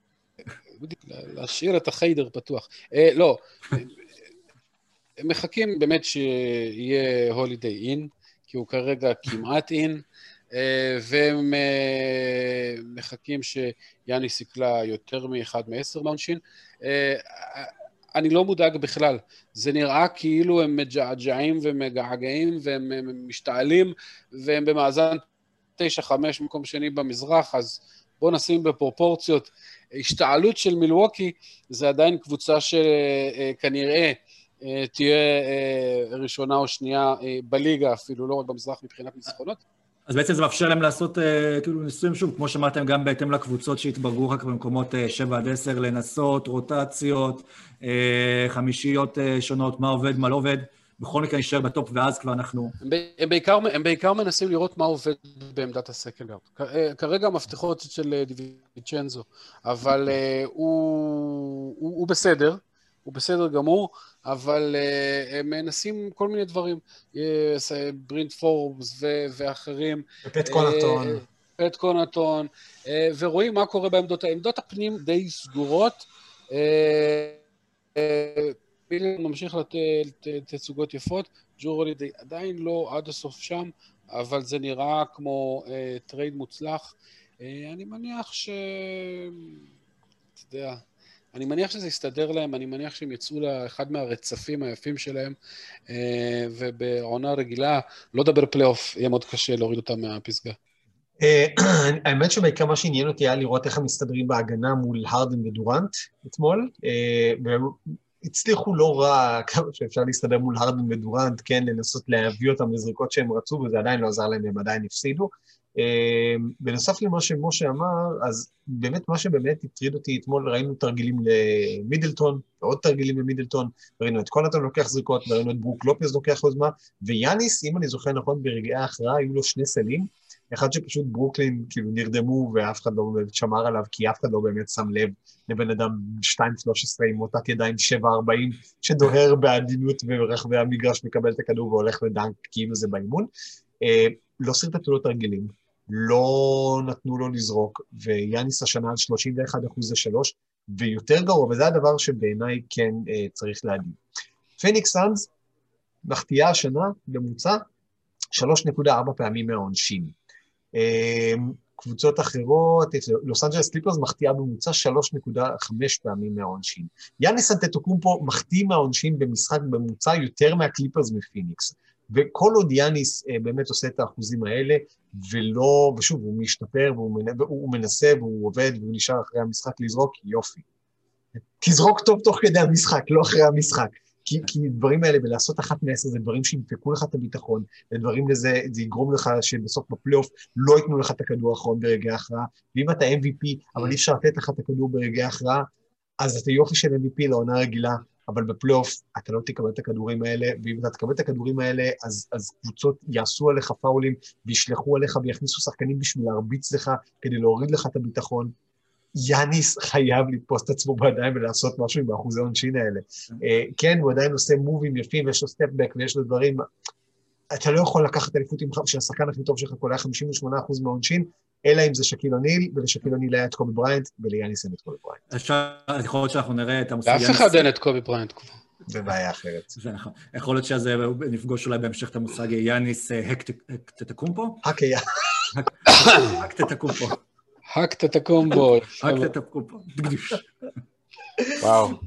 Speaker 5: להשאיר את החיידר פתוח. לא, הם מחכים באמת שיהיה הולידיי אין, כי הוא כרגע כמעט אין, והם מחכים שיאניס יקלע יותר מאחד מעשר מעונשין. אני לא מודאג בכלל, זה נראה כאילו הם מג'עג'עים ומגעגעים, והם משתעלים, והם במאזן תשע חמש מקום שני במזרח, אז בואו נשים בפרופורציות. השתעלות של מילווקי זה עדיין קבוצה שכנראה תהיה ראשונה או שנייה בליגה, אפילו לא רק במזרח מבחינת ניצחונות.
Speaker 3: אז בעצם זה מאפשר להם לעשות כאילו ניסויים שוב, כמו שאמרתם גם בהתאם לקבוצות שהתברגו רק במקומות שבע עד עשר, לנסות, רוטציות, חמישיות שונות, מה עובד, מה לא עובד, בכל מקרה נשאר בטופ, ואז כבר אנחנו...
Speaker 5: הם בעיקר, הם בעיקר מנסים לראות מה עובד בעמדת הסקנדארד. כרגע המפתחות של דיוויצ'נזו, אבל הוא, הוא, הוא בסדר, הוא בסדר גמור, אבל הם מנסים כל מיני דברים, ברינט פורבס ואחרים.
Speaker 4: פט קונטון.
Speaker 5: פט קונטון, ורואים מה קורה בעמדות. העמדות הפנים די סגורות, פילן ממשיך לתת תצוגות יפות, ג'רו הולידיי עדיין לא עד הסוף שם, אבל זה נראה כמו אה, טרייד מוצלח. אה, אני מניח ש... אתה יודע, אני מניח שזה יסתדר להם, אני מניח שהם יצאו לאחד מהרצפים היפים שלהם, אה, ובעונה רגילה, לא דבר פלייאוף, יהיה מאוד קשה להוריד אותם מהפסגה.
Speaker 4: האמת שבעיקר מה שעניין אותי היה לראות איך הם מסתדרים בהגנה מול הרדן ודורנט אתמול, הצליחו לא רע כמה שאפשר להסתדר מול הרדן ודורנט, כן, לנסות להביא אותם לזריקות שהם רצו, וזה עדיין לא עזר להם, הם עדיין הפסידו. בנוסף למה שמשה אמר, אז באמת מה שבאמת הטריד אותי אתמול, ראינו תרגילים למידלטון, ועוד תרגילים למידלטון, ראינו את קונטון לוקח זריקות, ראינו את ברוק לופז לוקח יוזמה, ויאניס, אם אני זוכר נכון, ברגעי ההכרעה, היו לו שני סלים, אחד שפשוט ברוקלין כאילו נרדמו, ואף אחד לא שמר עליו, כי אף אחד לא באמת שם לב לבן אדם שתיים שלוש עשרה עם אותת ידיים שבע ארבעים, שדוהר בעדינות ברחבי המגרש, מקבל את הכדור והולך לדנק, כאילו זה באימון. לא סרטטו לו תרגילים, לא נתנו לו לזרוק, ויאניס השנה על שלושים ואחד אחוז לשלוש, ויותר גרוע, וזה הדבר שבעיניי כן צריך להגיד. פניקס סאנס, מחטיאה השנה, במוצע, שלוש נקודה ארבע פעמים מהעונשין. קבוצות אחרות, לוס אנג'לס קליפרס מחטיאה בממוצע שלוש נקודה חמש פעמים מהעונשין. יאניס אנטטוקומפו מחטיא מהעונשין במשחק בממוצע יותר מהקליפרס מפיניקס. וכל עוד יאניס באמת עושה את האחוזים האלה, ולא, ושוב, הוא משתפר, והוא מנסה, והוא עובד, והוא נשאר אחרי המשחק לזרוק, יופי. תזרוק טוב תוך כדי המשחק, לא אחרי המשחק. כי, כי דברים האלה, ולעשות אחת מעשר, זה דברים שימפקו לך את הביטחון, ודברים לזה, זה יגרום לך שבסוף בפלייאוף לא ייתנו לך את הכדור האחרון ברגעי ההכרעה, ואם אתה אם וי פי, אבל אי אפשר לתת לך את הכדור ברגעי ההכרעה, אז אתה יופי של אם וי פי לעונה רגילה, אבל בפלייאוף אתה לא תקבל את הכדורים האלה, ואם אתה תקבל את הכדורים האלה, אז, אז קבוצות יעשו עליך פאולים, וישלחו עליך ויכניסו שחקנים בשביל להרביץ לך, כדי להוריד לך את הביטחון. יאניס חייב לתפוס את עצמו בידיים ולעשות משהו עם האחוזי העונשין האלה. כן, הוא עדיין עושה מובים יפים, ויש לו סטפבק ויש לו דברים, אתה לא יכול לקחת אליפות שהשחקן הכי טוב שלך קולע חמישים ושמונה אחוז מהעונשין, אלא אם זה שקיל אוניל, ולשקיל אוניל היה את קובי בריינט, וליאניס אין את קובי בריינט.
Speaker 3: אפשר, יכול להיות שאנחנו נראה את המושג...
Speaker 5: לאף אחד אין את קובי בריינט כבר.
Speaker 4: זה בעיה אחרת.
Speaker 3: זה נכון. יכול להיות שזה נפגוש אולי בהמשך את המושג יאניס הקטטקומפו?
Speaker 4: הקיה.
Speaker 3: הקטטקומפו.
Speaker 5: הקטטקומבו.
Speaker 3: הקטטקומפו.
Speaker 5: וואו.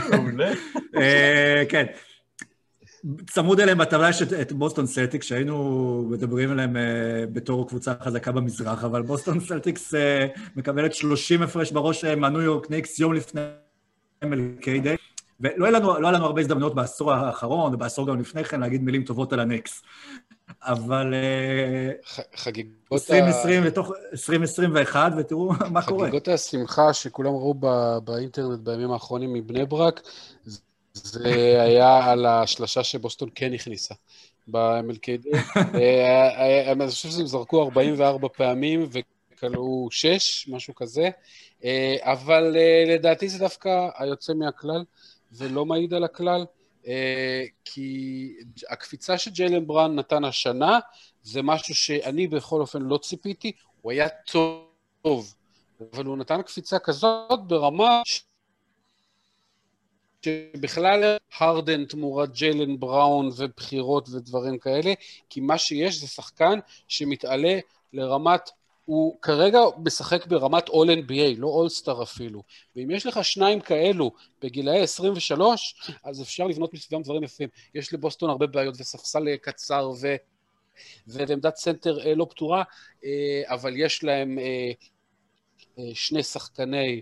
Speaker 3: כן. צמוד אליהם בטבלה יש את בוסטון סלטיקס, שהיינו מדברים עליהם בתור קבוצה חזקה במזרח, אבל בוסטון סלטיקס מקבלת שלושים הפרש בראש מהניו יורק ניקס יום לפני אם אל קיי דיי, ולא היה לנו, לא היה לנו הרבה הזדמנות בעשור האחרון, ובעשור גם לפני כן, להגיד מילים טובות על הניקס. אבל
Speaker 5: חגיגות
Speaker 3: עשרים עשרים לתוך עשרים עשרים ואחת, ותראו מה קורה.
Speaker 5: חגיגות השמחה שכולם ראו באינטרנט בימים האחרונים מבני ברק, זה היה על השלשה שבוסטון כן הכניסה ב-אם אל קיי דיי. אני חושב שהם זרקו ארבעים וארבע פעמים וקלעו שש, משהו כזה, אבל לדעתי זה דווקא היוצא מהכלל, ולא מעיד על הכלל, כי הקפיצה שג'יילן בראון נתן השנה, זה משהו שאני בכל אופן לא ציפיתי, הוא היה טוב, אבל הוא נתן קפיצה כזאת ברמה שבכלל הרדן תמורת ג'יילן בראון ובחירות ודברים כאלה, כי מה שיש זה שחקן שמתעלה לרמת, הוא כרגע משחק ברמת All-אן בי איי, לא All-Star אפילו, ואם יש לך שניים כאלו בגילאי עשרים ושלוש, אז אפשר לבנות מסביבם דברים יפים. יש לבוסטון הרבה בעיות וספסל קצר ו... ועמדת סנטר לא פתורה, אבל יש להם שני שחקני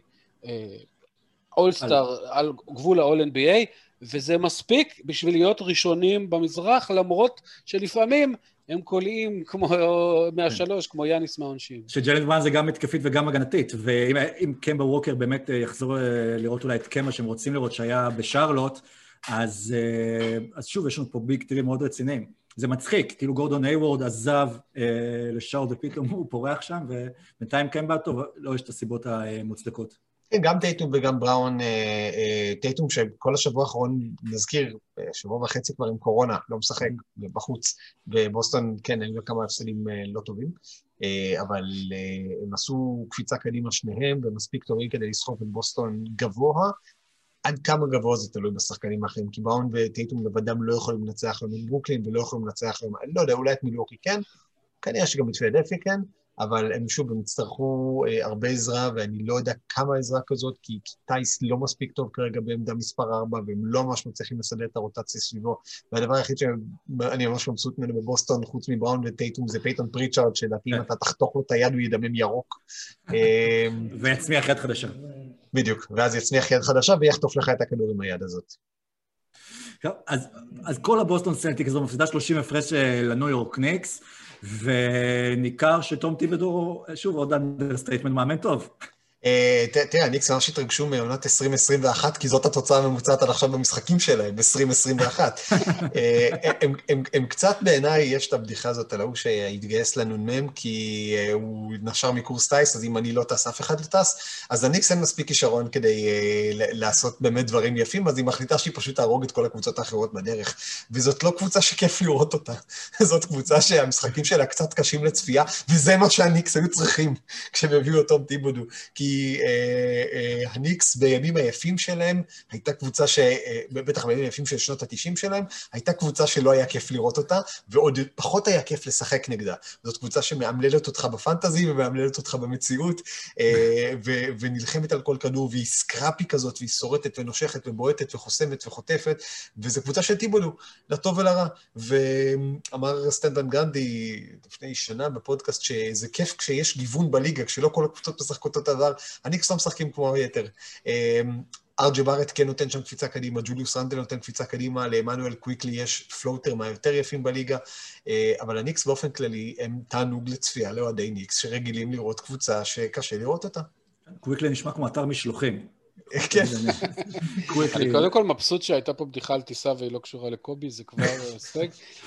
Speaker 5: אולסטאר על גבול ה-All-אן בי איי, וזה מספיק בשביל להיות ראשונים במזרח, למרות שלפעמים הם קולעים כמו מהשלוש, כמו יאניס מהעונשין.
Speaker 3: שג'יילן בראון זה גם מתקפית וגם הגנתית, ואם קמבה ווקר באמת יחזור לראות אולי את קמבה שהם רוצים לראות שהיה בשרלוט, אז שוב יש לנו פה ביג טרי מאוד רציניים. זה מצחיק, כאילו גורדון היוורד עזב לשרלוט ופתאום הוא פורח שם, ובינתיים קמבה טוב, לא יש את הסיבות המוצדקות.
Speaker 4: גם טייטום וגם בראון, טייטום שכל השבוע האחרון נזכיר, שבוע וחצי כבר עם קורונה, לא משחק בחוץ, ובוסטון כן, היו כמה הפסדים לא טובים, אבל הם עשו קפיצה קדימה שניהם, ומספיק טובים כדי לסחוף את בוסטון גבוה, עד כמה גבוה זה תלוי בשחקנים האחרים, כי בראון וטייטום לבדם לא יכולים לנצח להם ברוקלין, ולא יכולים לנצח להם, אני לא יודע, אולי את מילווקי כן, כנראה שגם את פילדלפיה כן, אבל הם שוב, הם יצטרכו אה, הרבה עזרה, ואני לא יודע כמה עזרה כזאת, כי טייס לא מספיק טוב כרגע בעמדה מספר ארבע, והם לא ממש מצליחים לסדר את הרוטציה סביבו, והדבר היחיד שאני ממש מבסוט ממנו בבוסטון, חוץ מבראון וטייטום, זה פייטון פריצ'ארד, שלדעתי אם אתה תחתוך לו את היד, הוא ידמם ירוק.
Speaker 3: ויצמיח יד חדשה.
Speaker 4: בדיוק, ואז יצמיח יד חדשה, ויחטוף לך את הכדור עם היד הזאת.
Speaker 3: אז, אז כל הבוסטון סלטיקס זו מפסידה שלושים הפרש לניו יורק ניקס, וניכר שתום טיבדור, שוב, עוד אנדרסטייטמנט מאמן טוב.
Speaker 4: תראה, הניקס ממש התרגשו מעונת עשרים עשרים ואחת, כי זאת התוצאה הממוצעת עד עכשיו במשחקים שלהם, עשרים עשרים ואחת. הם קצת בעיניי, יש את הבדיחה הזאת על ההוא שהתגייס לנ"מ, כי הוא נשר מקורס טייס, אז אם אני לא טס, אף אחד לא טס, אז הניקס אין מספיק כישרון כדי לעשות באמת דברים יפים, אז היא מחליטה שהיא פשוט תהרוג את כל הקבוצות האחרות בדרך. וזאת לא קבוצה שכיף לראות אותה. זאת קבוצה שהמשחקים שלה קצת קשים לצפייה, וזה מה שהניקס היו צריכים כשהם הביאו אותו טיבודו. כי אה, אה, הניקס בימים היפים שלהם, הייתה קבוצה ש... אה, בטח בימים היפים של שנות ה-תשעים שלהם, הייתה קבוצה שלא היה כיף לראות אותה, ועוד פחות היה כיף לשחק נגדה. זאת קבוצה שמאמללת אותך בפנטזי, ומאמללת אותך במציאות, אה, ו- ונלחמת על כל כדור, והיא סקראפי כזאת, והיא שורטת ונושכת ובועטת וחוסמת וחוטפת, וזו קבוצה של טיבודו, לטוב ולרע. ואמר סטנדן גרנדי לפני שנה בפודקאסט, שזה כיף כשיש גיוון בליגה, כשלא כל הקבוצות משחקות אותו דבר, הניקס לא משחקים כמו היתר. ארג'י בארט כן נותן שם קפיצה קדימה, ג'וליוס רנדל נותן קפיצה קדימה, לאמנואל קוויקלי יש פלוטר מהיותר יפים בליגה, אבל הניקס באופן כללי הם תענוג לצפייה לאוהדי ניקס, שרגילים לראות קבוצה שקשה לראות אותה.
Speaker 3: קוויקלי נשמע כמו אתר משלוחים.
Speaker 4: כן.
Speaker 5: אני קודם כל מבסוט שהייתה פה בדיחה על טיסה והיא לא קשורה לקובי, זה כבר הישג.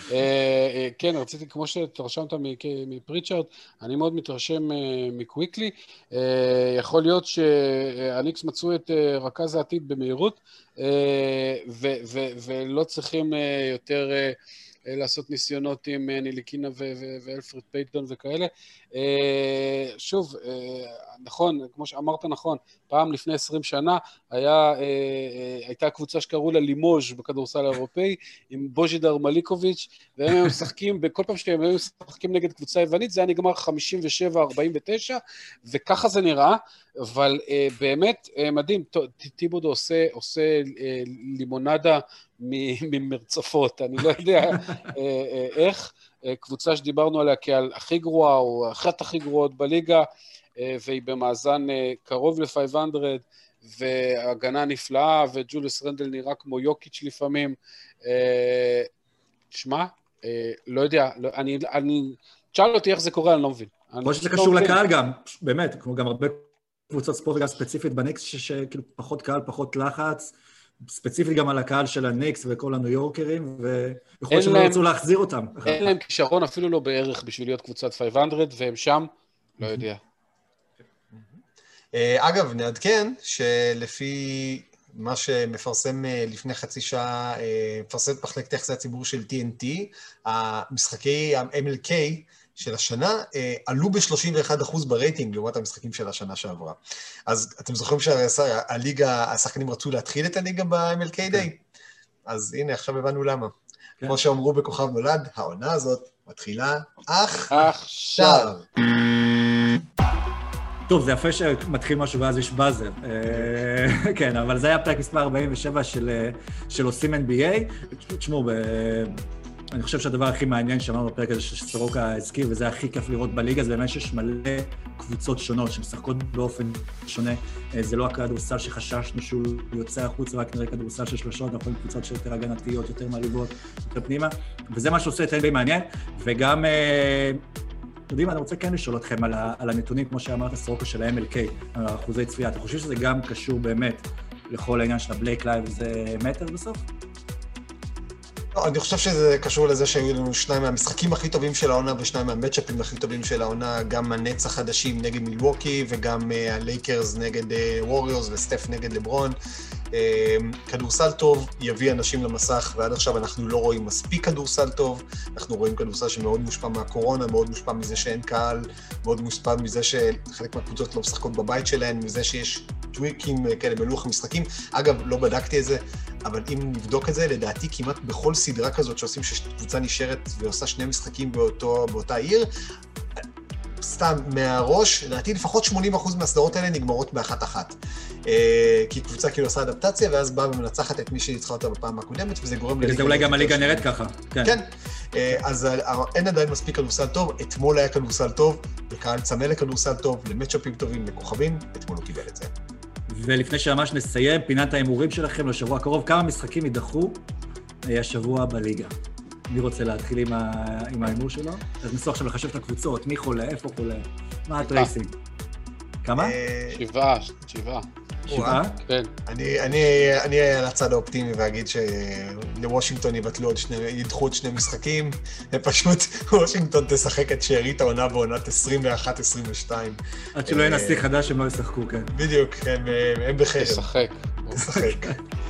Speaker 5: כן, רציתי, כמו שתרשמת מפריצ'ארד, אני מאוד מתרשם מקוויקלי. יכול להיות שהניקס מצאו את רכז העתיד במהירות, ולא צריכים יותר לעשות ניסיונות עם ניליקינה ואלפרד פייטון וכאלה. שוב, נכון, כמו שאמרת נכון, פעם לפני עשרים שנה היה, הייתה קבוצה שקראו לה לימוז' בכדורסל האירופאי, עם בוז'ידר מליקוביץ', והם היו משחקים, בכל פעם שהם היו משחקים נגד קבוצה יוונית, זה היה נגמר חמישים ושבע ארבעים ותשע, וככה זה נראה, אבל באמת מדהים, טיבודו עושה, עושה לימונדה ממרצפות, אני לא יודע איך, קבוצה שדיברנו עליה כעל הכי גרועה, או אחת הכי גרועות בליגה, והיא במאזן קרוב ל-חמש מאות, והגנה נפלאה, וג'וליוס רנדל נראה כמו יוקיץ' לפעמים. תשמע, לא יודע, אני, אני, תשאל אותי איך זה קורה, אני לא מבין.
Speaker 3: כמו שזה קשור לקהל גם, באמת, כמו גם הרבה קבוצות ספורט וגם ספציפית בניקס, שכאילו פחות קהל, פחות לחץ, ספציפית גם על הקהל של הניקס וכל הניו יורקרים, ויכול להיות שהם לא ירצו להחזיר אותם.
Speaker 5: אין להם כישרון אפילו לא בערך בשביל להיות קבוצת חמש מאות, והם שם, לא יודע.
Speaker 4: אגב, נעדכן שלפי מה שמפרסם לפני חצי שעה, מפרסם מחלקת יחסי הציבור של טי אן טי, המשחקי ה-אם אל קיי של השנה עלו ב-שלושים ואחד אחוז ברייטינג לעומת המשחקים של השנה שעברה. אז אתם זוכרים שהליגה, השחקנים רצו להתחיל את הליגה ב-אם אל קיי דיי? אז הנה, עכשיו הבנו למה. כמו שאמרו בכוכב נולד, העונה הזאת מתחילה עכשיו.
Speaker 3: טוב, זה יפה שמתחיל משהו ואז יש באזר. כן, אבל זה היה פרק מספר ארבעים ושבע של עושים אן בי איי. תשמעו, אני חושב שהדבר הכי מעניין שאמרנו בפרק הזה שסורוקה הזכיר, וזה הכי כיף לראות בליגה, זה באמת שיש מלא קבוצות שונות שמשחקות באופן שונה. זה לא הכדורסל שחששנו שהוא יוצא החוץ, רק נראה כדורסל של שלושות, אנחנו רואים קבוצות שיותר הגנתיות, יותר מעליבות, יותר פנימה, וזה מה שעושה את ה-אן בי איי מעניין, וגם... אתם יודעים, אני רוצה כן לשאול אתכם על, ה, על הנתונים, כמו שאמרת, סורוקה של ה-אם אל קיי, על האחוזי צפייה. אתה חושב שזה גם קשור באמת לכל העניין של הבלייק לייב, זה מטר בסוף?
Speaker 4: לא, אני חושב שזה קשור לזה שהיו לנו שניים מהמשחקים הכי טובים של העונה, ושניים מהמצ'אפים הכי טובים של העונה, גם הנץ החדשים נגד מילווקי, וגם הלייקרס נגד ווריורס, וסטף נגד לברון. כדורסל טוב יביא אנשים למסך, ועד עכשיו אנחנו לא רואים מספיק כדורסל טוב, אנחנו רואים כדורסל שמאוד מושפע מהקורונה, מאוד מושפע מזה שאין קהל, מאוד מושפע מזה שחלק מהקבוצות לא משחקות בבית שלהן, מזה שיש טוויקים כאלה בלוח המשחקים. אגב, לא בדקתי את זה, אבל אם נבדוק את זה, לדעתי כמעט בכל סדרה כזאת שעושים שקבוצה נשארת ועושה שני משחקים באותו, באותה עיר, סתם מהראש, לדעתי לפחות שמונים אחוז מהסדרות האלה נגמרות באחת אחת. כי קבוצה כאילו עושה אדפטציה, ואז באה ומנצחת את מי שניצחה אותה בפעם הקודמת, וזה גורם לליגה...
Speaker 3: זה אולי גם הליגה נראית ככה.
Speaker 4: כן. אז אין עדיין מספיק כדורסל טוב, אתמול היה כדורסל טוב, וקהל צמא לכדורסל טוב, למצ'אפים טובים, לכוכבים, אתמול הוא קיבל את זה.
Speaker 3: ולפני שממש נסיים, פינת ההימורים שלכם לשבוע הקרוב, כמה משחקים יידחו השבוע בליגה? מי רוצה להתחיל עם, ה... עם ההימור שלו? אז נסו עכשיו לחשב את הקבוצות, מי חולה, איפה חולה, מה הטרייסינג? כמה?
Speaker 5: שבעה, שבעה.
Speaker 3: שבעה?
Speaker 5: כן.
Speaker 4: אני, אני, אני על הצד האופטימי ואגיד שלוושינגטון יבטלו עוד שני, ידחו עוד שני משחקים, ופשוט וושינגטון תשחק את שארית העונה בעונת עשרים ואחת עשרים ושתיים.
Speaker 3: עד שלא יהיה נשיא חדש הם לא ישחקו, כן.
Speaker 4: בדיוק, הם, הם בחרם.
Speaker 5: תשחק.
Speaker 4: תשחק.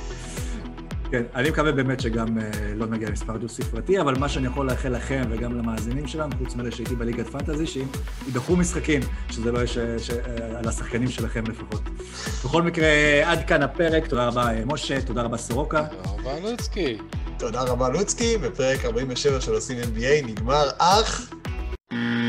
Speaker 3: כן, אני מקווה באמת שגם לא נגיע למספר דו ספרתי, אבל מה שאני יכול לאחל לכם וגם למאזינים שלנו, חוץ מלא שהייתי בליגת פנטזי, שהם ידחו משחקים, שזה לא יהיה על השחקנים שלכם לפחות. בכל מקרה, עד כאן הפרק, תודה רבה משה, תודה רבה סורוקה.
Speaker 5: תודה רבה לוצקי.
Speaker 4: תודה רבה לוצקי, בפרק ארבעים ושבע של עושים אן בי איי נגמר אך...